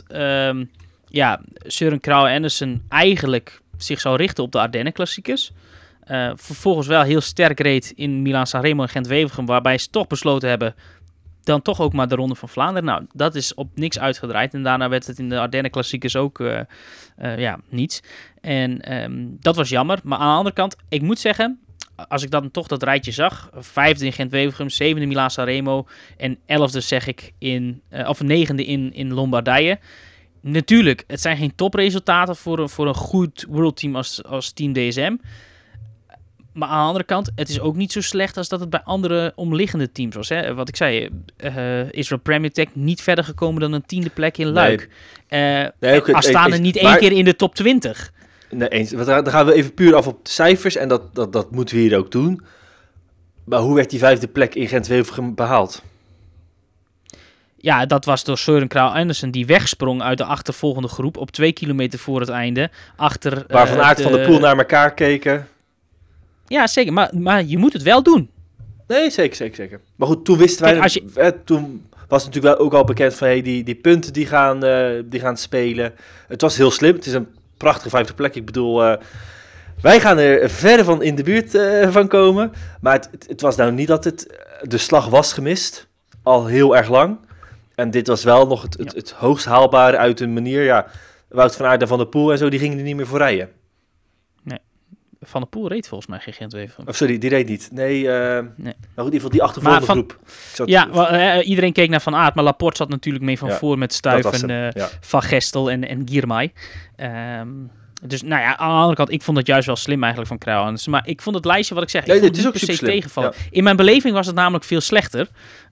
Søren Kragh Andersen eigenlijk zich zou richten op de Ardennen-klassiekers. Vervolgens wel heel sterk reed in Milaan-San Remo en Gent-Wevelgem, waarbij ze toch besloten hebben dan toch ook maar de Ronde van Vlaanderen. Nou, dat is op niks uitgedraaid. En daarna werd het in de Ardennen-klassiekers ook niets. En dat was jammer. Maar aan de andere kant, ik moet zeggen, als ik dan toch dat rijtje zag, 5e in Gent-Wevelgem, 7e Milaan-San Remo en 11e zeg ik of 9e in Lombardije. Natuurlijk, het zijn geen topresultaten voor een goed worldteam als Team DSM. Maar aan de andere kant, het is ook niet zo slecht als dat het bij andere omliggende teams was. Hè? Wat ik zei, Israel Premier Tech niet verder gekomen dan een 10e plek in Luik. Astana niet één keer in de top 20. Nee, eens. Dan gaan we even puur af op de cijfers en dat moeten we hier ook doen. Maar hoe werd die 5e plek in Gent-Wevelgem behaald? Ja, dat was door Søren Kragh Andersen die wegsprong uit de achtervolgende groep op 2 kilometer voor het einde. Waar Van Aert van der Poel naar elkaar keken. Ja, zeker. Maar je moet het wel doen. Nee, zeker. Maar goed, toen wisten wij... Toen was het natuurlijk wel ook al bekend van die punten die gaan spelen. Het was heel slim. Het is een prachtige 5e plek. Ik bedoel, wij gaan er verder van in de buurt van komen. Maar het was nou niet dat de slag was gemist. Al heel erg lang. En dit was wel nog het hoogst haalbare uit een manier. Ja, Wout van Aert en Van der Poel en zo, die gingen er niet meer voor rijden. Nee. Van der Poel reed volgens mij geen Gent-Wevelgem. Of sorry, die reed niet. Nee. Maar goed, in ieder geval die achtervolgende groep. Iedereen keek naar Van Aert, maar Laporte zat natuurlijk mee van voor met Stuyff en Van Gestel en Girmay. Dus nou ja, aan de andere kant, ik vond het juist wel slim eigenlijk van Kragh Andersen. Maar ik vond het lijstje wat ik zeg, ik vond het niet per se tegenvallen. Ja. In mijn beleving was het namelijk veel slechter.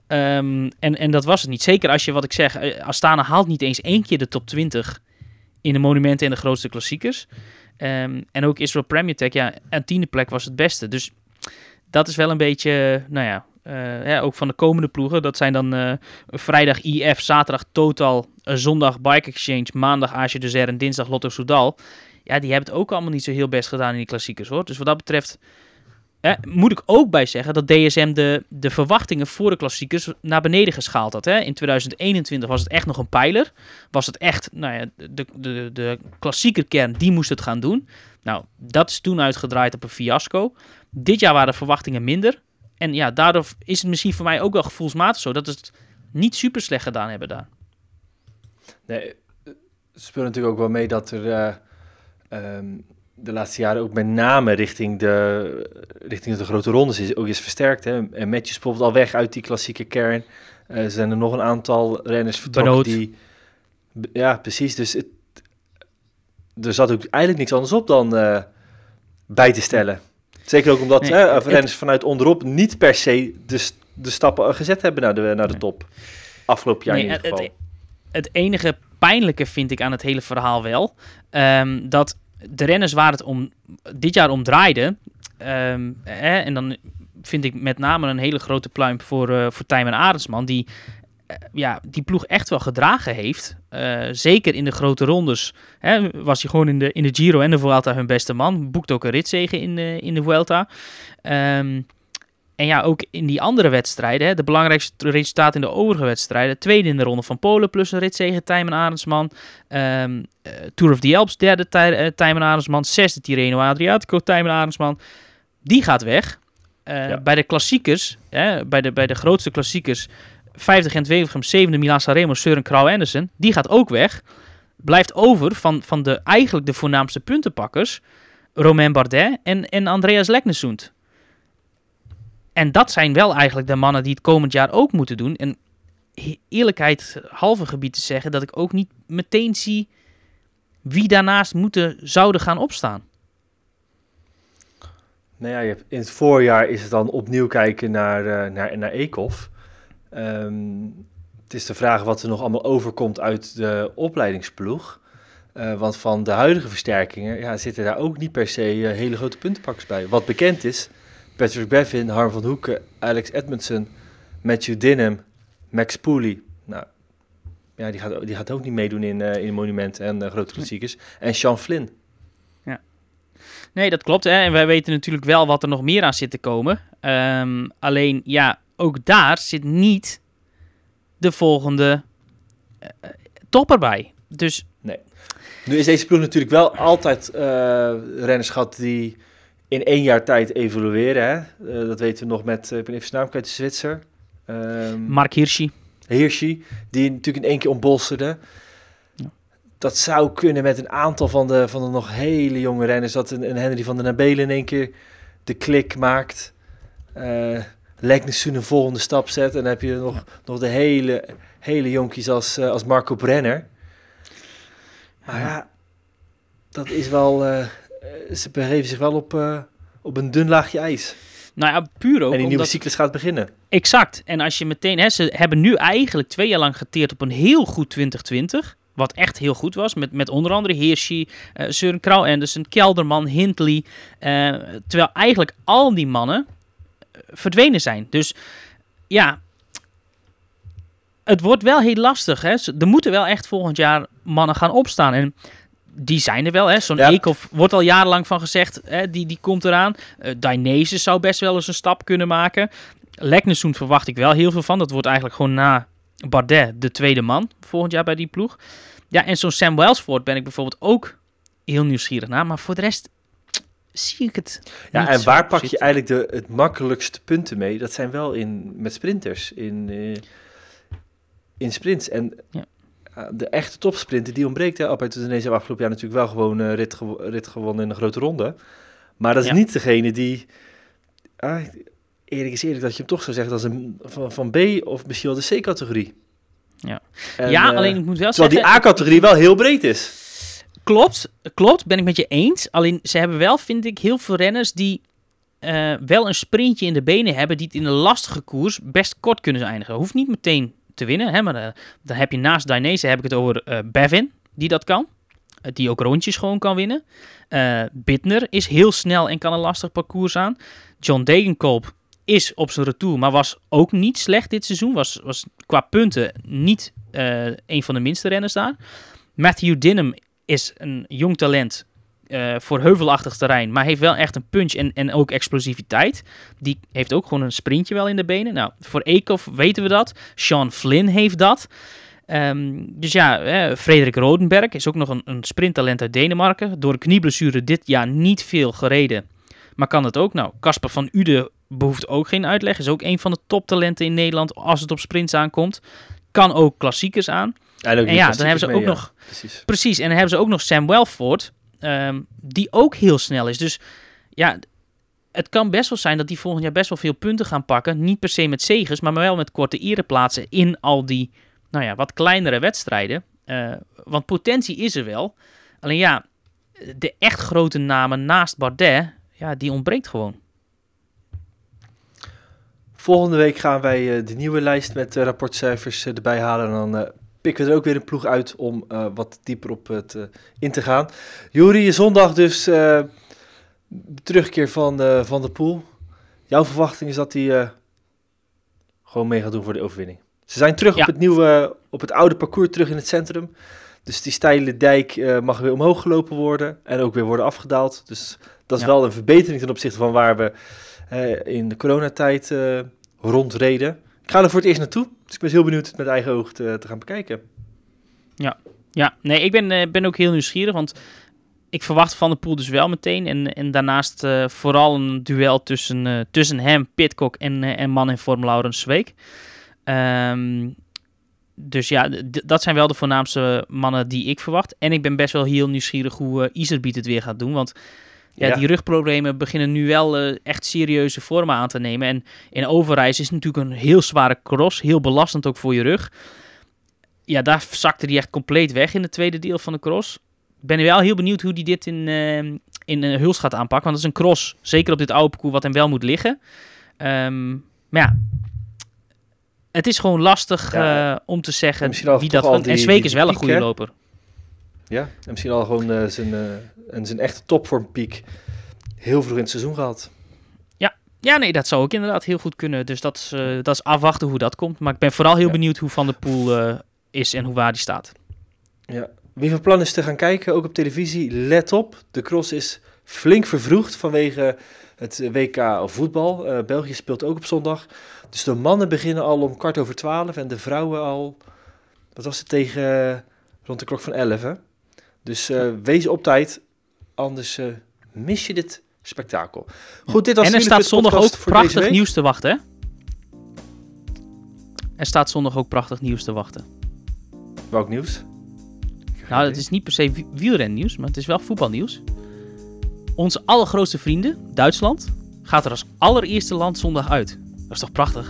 En dat was het niet. Zeker als je, wat ik zeg, Astana haalt niet eens 1 keer de top 20 in de monumenten en de grootste klassiekers. En ook Israel Premier Tech, aan 10e plek was het beste. Dus dat is wel een beetje, ook van de komende ploegen. Dat zijn dan vrijdag IF, zaterdag Total, zondag Bike Exchange, maandag Age de Zer en dinsdag Lotto Soudal. Ja, die hebben het ook allemaal niet zo heel best gedaan in die klassiekers, hoor. Dus wat dat betreft moet ik ook bij zeggen dat DSM de verwachtingen voor de klassiekers naar beneden geschaald had. Hè. In 2021 was het echt nog een pijler. Was het echt, de klassiekerkern, die moest het gaan doen. Nou, dat is toen uitgedraaid op een fiasco. Dit jaar waren de verwachtingen minder. En ja, daardoor is het misschien voor mij ook wel gevoelsmatig zo dat ze het niet super slecht gedaan hebben daar. Nee, het speelt natuurlijk ook wel mee dat er de laatste jaren ook met name richting de grote rondes is versterkt. Hè. En Matthews bijvoorbeeld al weg uit die klassieke kern. Er zijn er nog een aantal renners vertrokken die... Ja, precies. Dus er zat ook eigenlijk niks anders op dan bij te stellen. Zeker ook omdat renners vanuit onderop niet per se de stappen gezet hebben naar de top. Afgelopen jaar in ieder geval. Het enige pijnlijke vind ik aan het hele verhaal wel, dat de renners waar het dit jaar om draaide, en dan vind ik met name een hele grote pluim voor Tijmen Arendsman, die ploeg echt wel gedragen heeft. Zeker in de grote rondes was hij gewoon in de Giro en de Vuelta hun beste man. Boekt ook een ritzege in de Vuelta. En ja, ook in die andere wedstrijden, de belangrijkste resultaten in de overige wedstrijden. Tweede in de Ronde van Polen plus een ritzege, Tijmen Arendsman. Tour of the Alps, derde Tijmen Arendsman. Zesde Tirreno Adriatico, Tijmen Arendsman. Die gaat weg. Bij de klassiekers, bij de grootste klassiekers, 50 Gent-Wevelgem, zevende Milan-San Remo, Søren Kragh Andersen. Die gaat ook weg. Blijft over van eigenlijk de voornaamste puntenpakkers, Romain Bardet en Andreas Leknesund. En dat zijn wel eigenlijk de mannen die het komend jaar ook moeten doen. En eerlijkheid halve gebied te zeggen dat ik ook niet meteen zie wie daarnaast zouden gaan opstaan. Nou ja, in het voorjaar is het dan opnieuw kijken naar Eekhoff. Het is de vraag wat er nog allemaal overkomt uit de opleidingsploeg. Want van de huidige versterkingen zitten daar ook niet per se hele grote puntenpakkers bij. Wat bekend is, Patrick Bevin, Harm van Hoeken, Alex Edmondson, Matthew Dinham, Max Pooley. Nou, ja, die gaat ook niet meedoen in monumenten en grote klassiekers. En Sean Flynn. Ja. Nee, dat klopt. Hè? En wij weten natuurlijk wel wat er nog meer aan zit te komen. Alleen, ook daar zit niet de volgende topper bij. Dus... Nee. Nu is deze ploeg natuurlijk wel altijd renners gehad die in 1 jaar tijd evolueren. Hè? Dat weten we nog met, ik ben even zijn naam kwijt, de Zwitser. Mark Hirschi, die natuurlijk in 1 keer ontbolsterde. Ja. Dat zou kunnen met een aantal van de nog hele jonge renners, dat een Henry van der Nabelen in 1 keer de klik maakt. Leknesund een volgende stap zet. En dan heb je nog de hele jonkies als Marco Brenner. Maar ja, dat is wel... ze begeven zich wel op een dun laagje ijs. Nou ja, puur ook. En die nieuwe cyclus gaat beginnen. Exact. En als je meteen... ze hebben nu eigenlijk 2 jaar lang geteerd op een heel goed 2020. Wat echt heel goed was. Met onder andere Hirschi, Søren Kragh Andersen, Kelderman, Hindley. Terwijl eigenlijk al die mannen verdwenen zijn. Dus ja... Het wordt wel heel lastig. Hè? Er moeten wel echt volgend jaar mannen gaan opstaan. En die zijn er wel. Hè? Zo'n Eekhoff wordt al jarenlang van gezegd. Hè? Die komt eraan. Dainese zou best wel eens een stap kunnen maken. Leknesund verwacht ik wel heel veel van. Dat wordt eigenlijk gewoon na Bardet de tweede man volgend jaar bij die ploeg. Ja, en zo'n Sam Welsford ben ik bijvoorbeeld ook heel nieuwsgierig naar. Maar voor de rest zie ik het niet. En waar pak je eigenlijk het makkelijkste punten mee? Dat zijn wel met sprinters. In sprints. En de echte topsprinter, die ontbreekt. Alpine Tunese hebben afgelopen jaar natuurlijk wel gewoon rit gewonnen in een grote ronde. Maar dat is niet degene die... eerlijk is eerlijk dat je hem toch zou zeggen als een van B of misschien wel de C-categorie. Ja, alleen ik moet wel zeggen... Terwijl die A-categorie wel heel breed is. Klopt, ben ik met je eens. Alleen ze hebben wel, vind ik, heel veel renners die wel een sprintje in de benen hebben, die het in een lastige koers best kort kunnen eindigen. Hoeft niet meteen te winnen, hè, maar dan heb je naast Dainese heb ik het over Bevin, die dat kan. die ook rondjes gewoon kan winnen. Bittner is heel snel en kan een lastig parcours aan. John Degenkolb is op zijn retour, maar was ook niet slecht dit seizoen. Was qua punten niet een van de minste renners daar. Matthew Dinham is een jong talent voor heuvelachtig terrein, maar heeft wel echt een punch en ook explosiviteit. Die heeft ook gewoon een sprintje wel in de benen. Nou, voor Eekhoff weten we dat. Sean Flynn heeft dat. Dus ja, Frederik Rodenberg is ook nog een sprinttalent uit Denemarken. Door een knieblessure dit jaar niet veel gereden, maar kan het ook. Nou, Casper van Uden behoeft ook geen uitleg. Is ook een van de toptalenten in Nederland als het op sprints aankomt. Kan ook klassiekers aan. En ja, dan hebben ze ook nog... Precies, en dan hebben ze ook nog Sam Welford, die ook heel snel is. Dus ja, het kan best wel zijn dat die volgend jaar best wel veel punten gaan pakken. Niet per se met zeges, maar wel met korte ereplaatsen in al die wat kleinere wedstrijden. Want potentie is er wel. Alleen ja, de echt grote namen naast Bardet, ja, die ontbreekt gewoon. Volgende week gaan wij de nieuwe lijst met rapportcijfers erbij halen. En dan pikken we er ook weer een ploeg uit om wat dieper op het in te gaan. Juri, zondag dus de terugkeer van de Poel. Jouw verwachting is dat hij gewoon mee gaat doen voor de overwinning. Ze zijn terug op het oude parcours, terug in het centrum. Dus die steile dijk mag weer omhoog gelopen worden en ook weer worden afgedaald. Dus dat is wel een verbetering ten opzichte van waar we in de coronatijd rondreden. Ik ga er voor het eerst naartoe, dus ik ben heel benieuwd het met eigen oog te gaan bekijken. Ja, nee, ik ben ook heel nieuwsgierig, want ik verwacht Van der Poel dus wel meteen. En daarnaast vooral een duel tussen hem, Pidcock en man in vorm Laurens Sweeck. Dus ja, dat zijn wel de voornaamste mannen die ik verwacht. En ik ben best wel heel nieuwsgierig hoe Iserbyt het weer gaat doen, want die rugproblemen beginnen nu wel echt serieuze vormen aan te nemen. En in Overijs is natuurlijk een heel zware cross, heel belastend ook voor je rug. Ja, daar zakte hij echt compleet weg in het tweede deel van de cross. Ik ben wel heel benieuwd hoe hij dit in Huls gaat aanpakken, want dat is een cross, zeker op dit oude parcours, wat hem wel moet liggen. Maar ja, het is gewoon lastig om te zeggen wie dat wordt. En Sweeck is wel een goede loper. Ja, en misschien al gewoon zijn echte topvormpiek heel vroeg in het seizoen gehad. Ja, nee, dat zou ook inderdaad heel goed kunnen. Dus dat is afwachten hoe dat komt. Maar ik ben vooral heel benieuwd hoe Van der Poel is en hoe waar die staat. Ja, wie van plan is te gaan kijken, ook op televisie, let op. De cross is flink vervroegd vanwege het WK voetbal. België speelt ook op zondag. Dus de mannen beginnen al om 12:15 en de vrouwen al, wat was het, tegen rond de klok van 11. Hè? Dus wees op tijd, anders mis je dit spektakel. Goed, dit was en er staat zondag ook prachtig nieuws te wachten, hè? Er staat zondag ook prachtig nieuws te wachten. Welk nieuws? Nou, het is niet per se wielrennieuws, maar het is wel voetbalnieuws. Onze allergrootste vrienden, Duitsland, gaat er als allereerste land zondag uit. Dat is toch prachtig?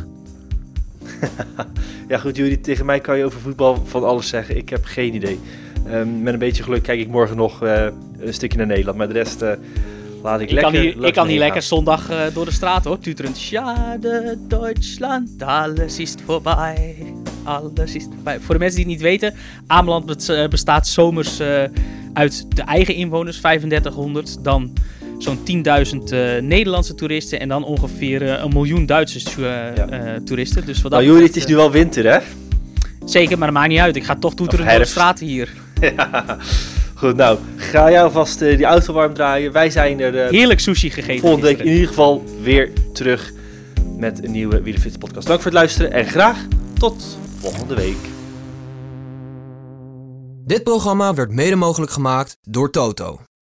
Ja goed, Juri, tegen mij kan je over voetbal van alles zeggen. Ik heb geen idee. Met een beetje geluk kijk ik morgen nog een stukje naar Nederland. Maar de rest laat ik lekker... Ik kan hier lekker zondag door de straat, hoor. Tuterend. Schade, Duitsland, alles is voorbij. Alles is voorbij. Voor de mensen die het niet weten, Ameland bestaat zomers uit de eigen inwoners, 3500. Dan zo'n 10.000 Nederlandse toeristen en dan ongeveer 1 miljoen Duitse toeristen. Dus Juri, het is nu wel winter, hè? Zeker, maar dat maakt niet uit. Ik ga toch toeteren door de straten hier. Ja. Goed, nou, ga jij alvast die auto warm draaien. Wij zijn er heerlijk sushi gegeten volgende week in ieder geval weer terug met een nieuwe Wielerflits podcast. Dank voor het luisteren en graag tot volgende week. Dit programma werd mede mogelijk gemaakt door Toto.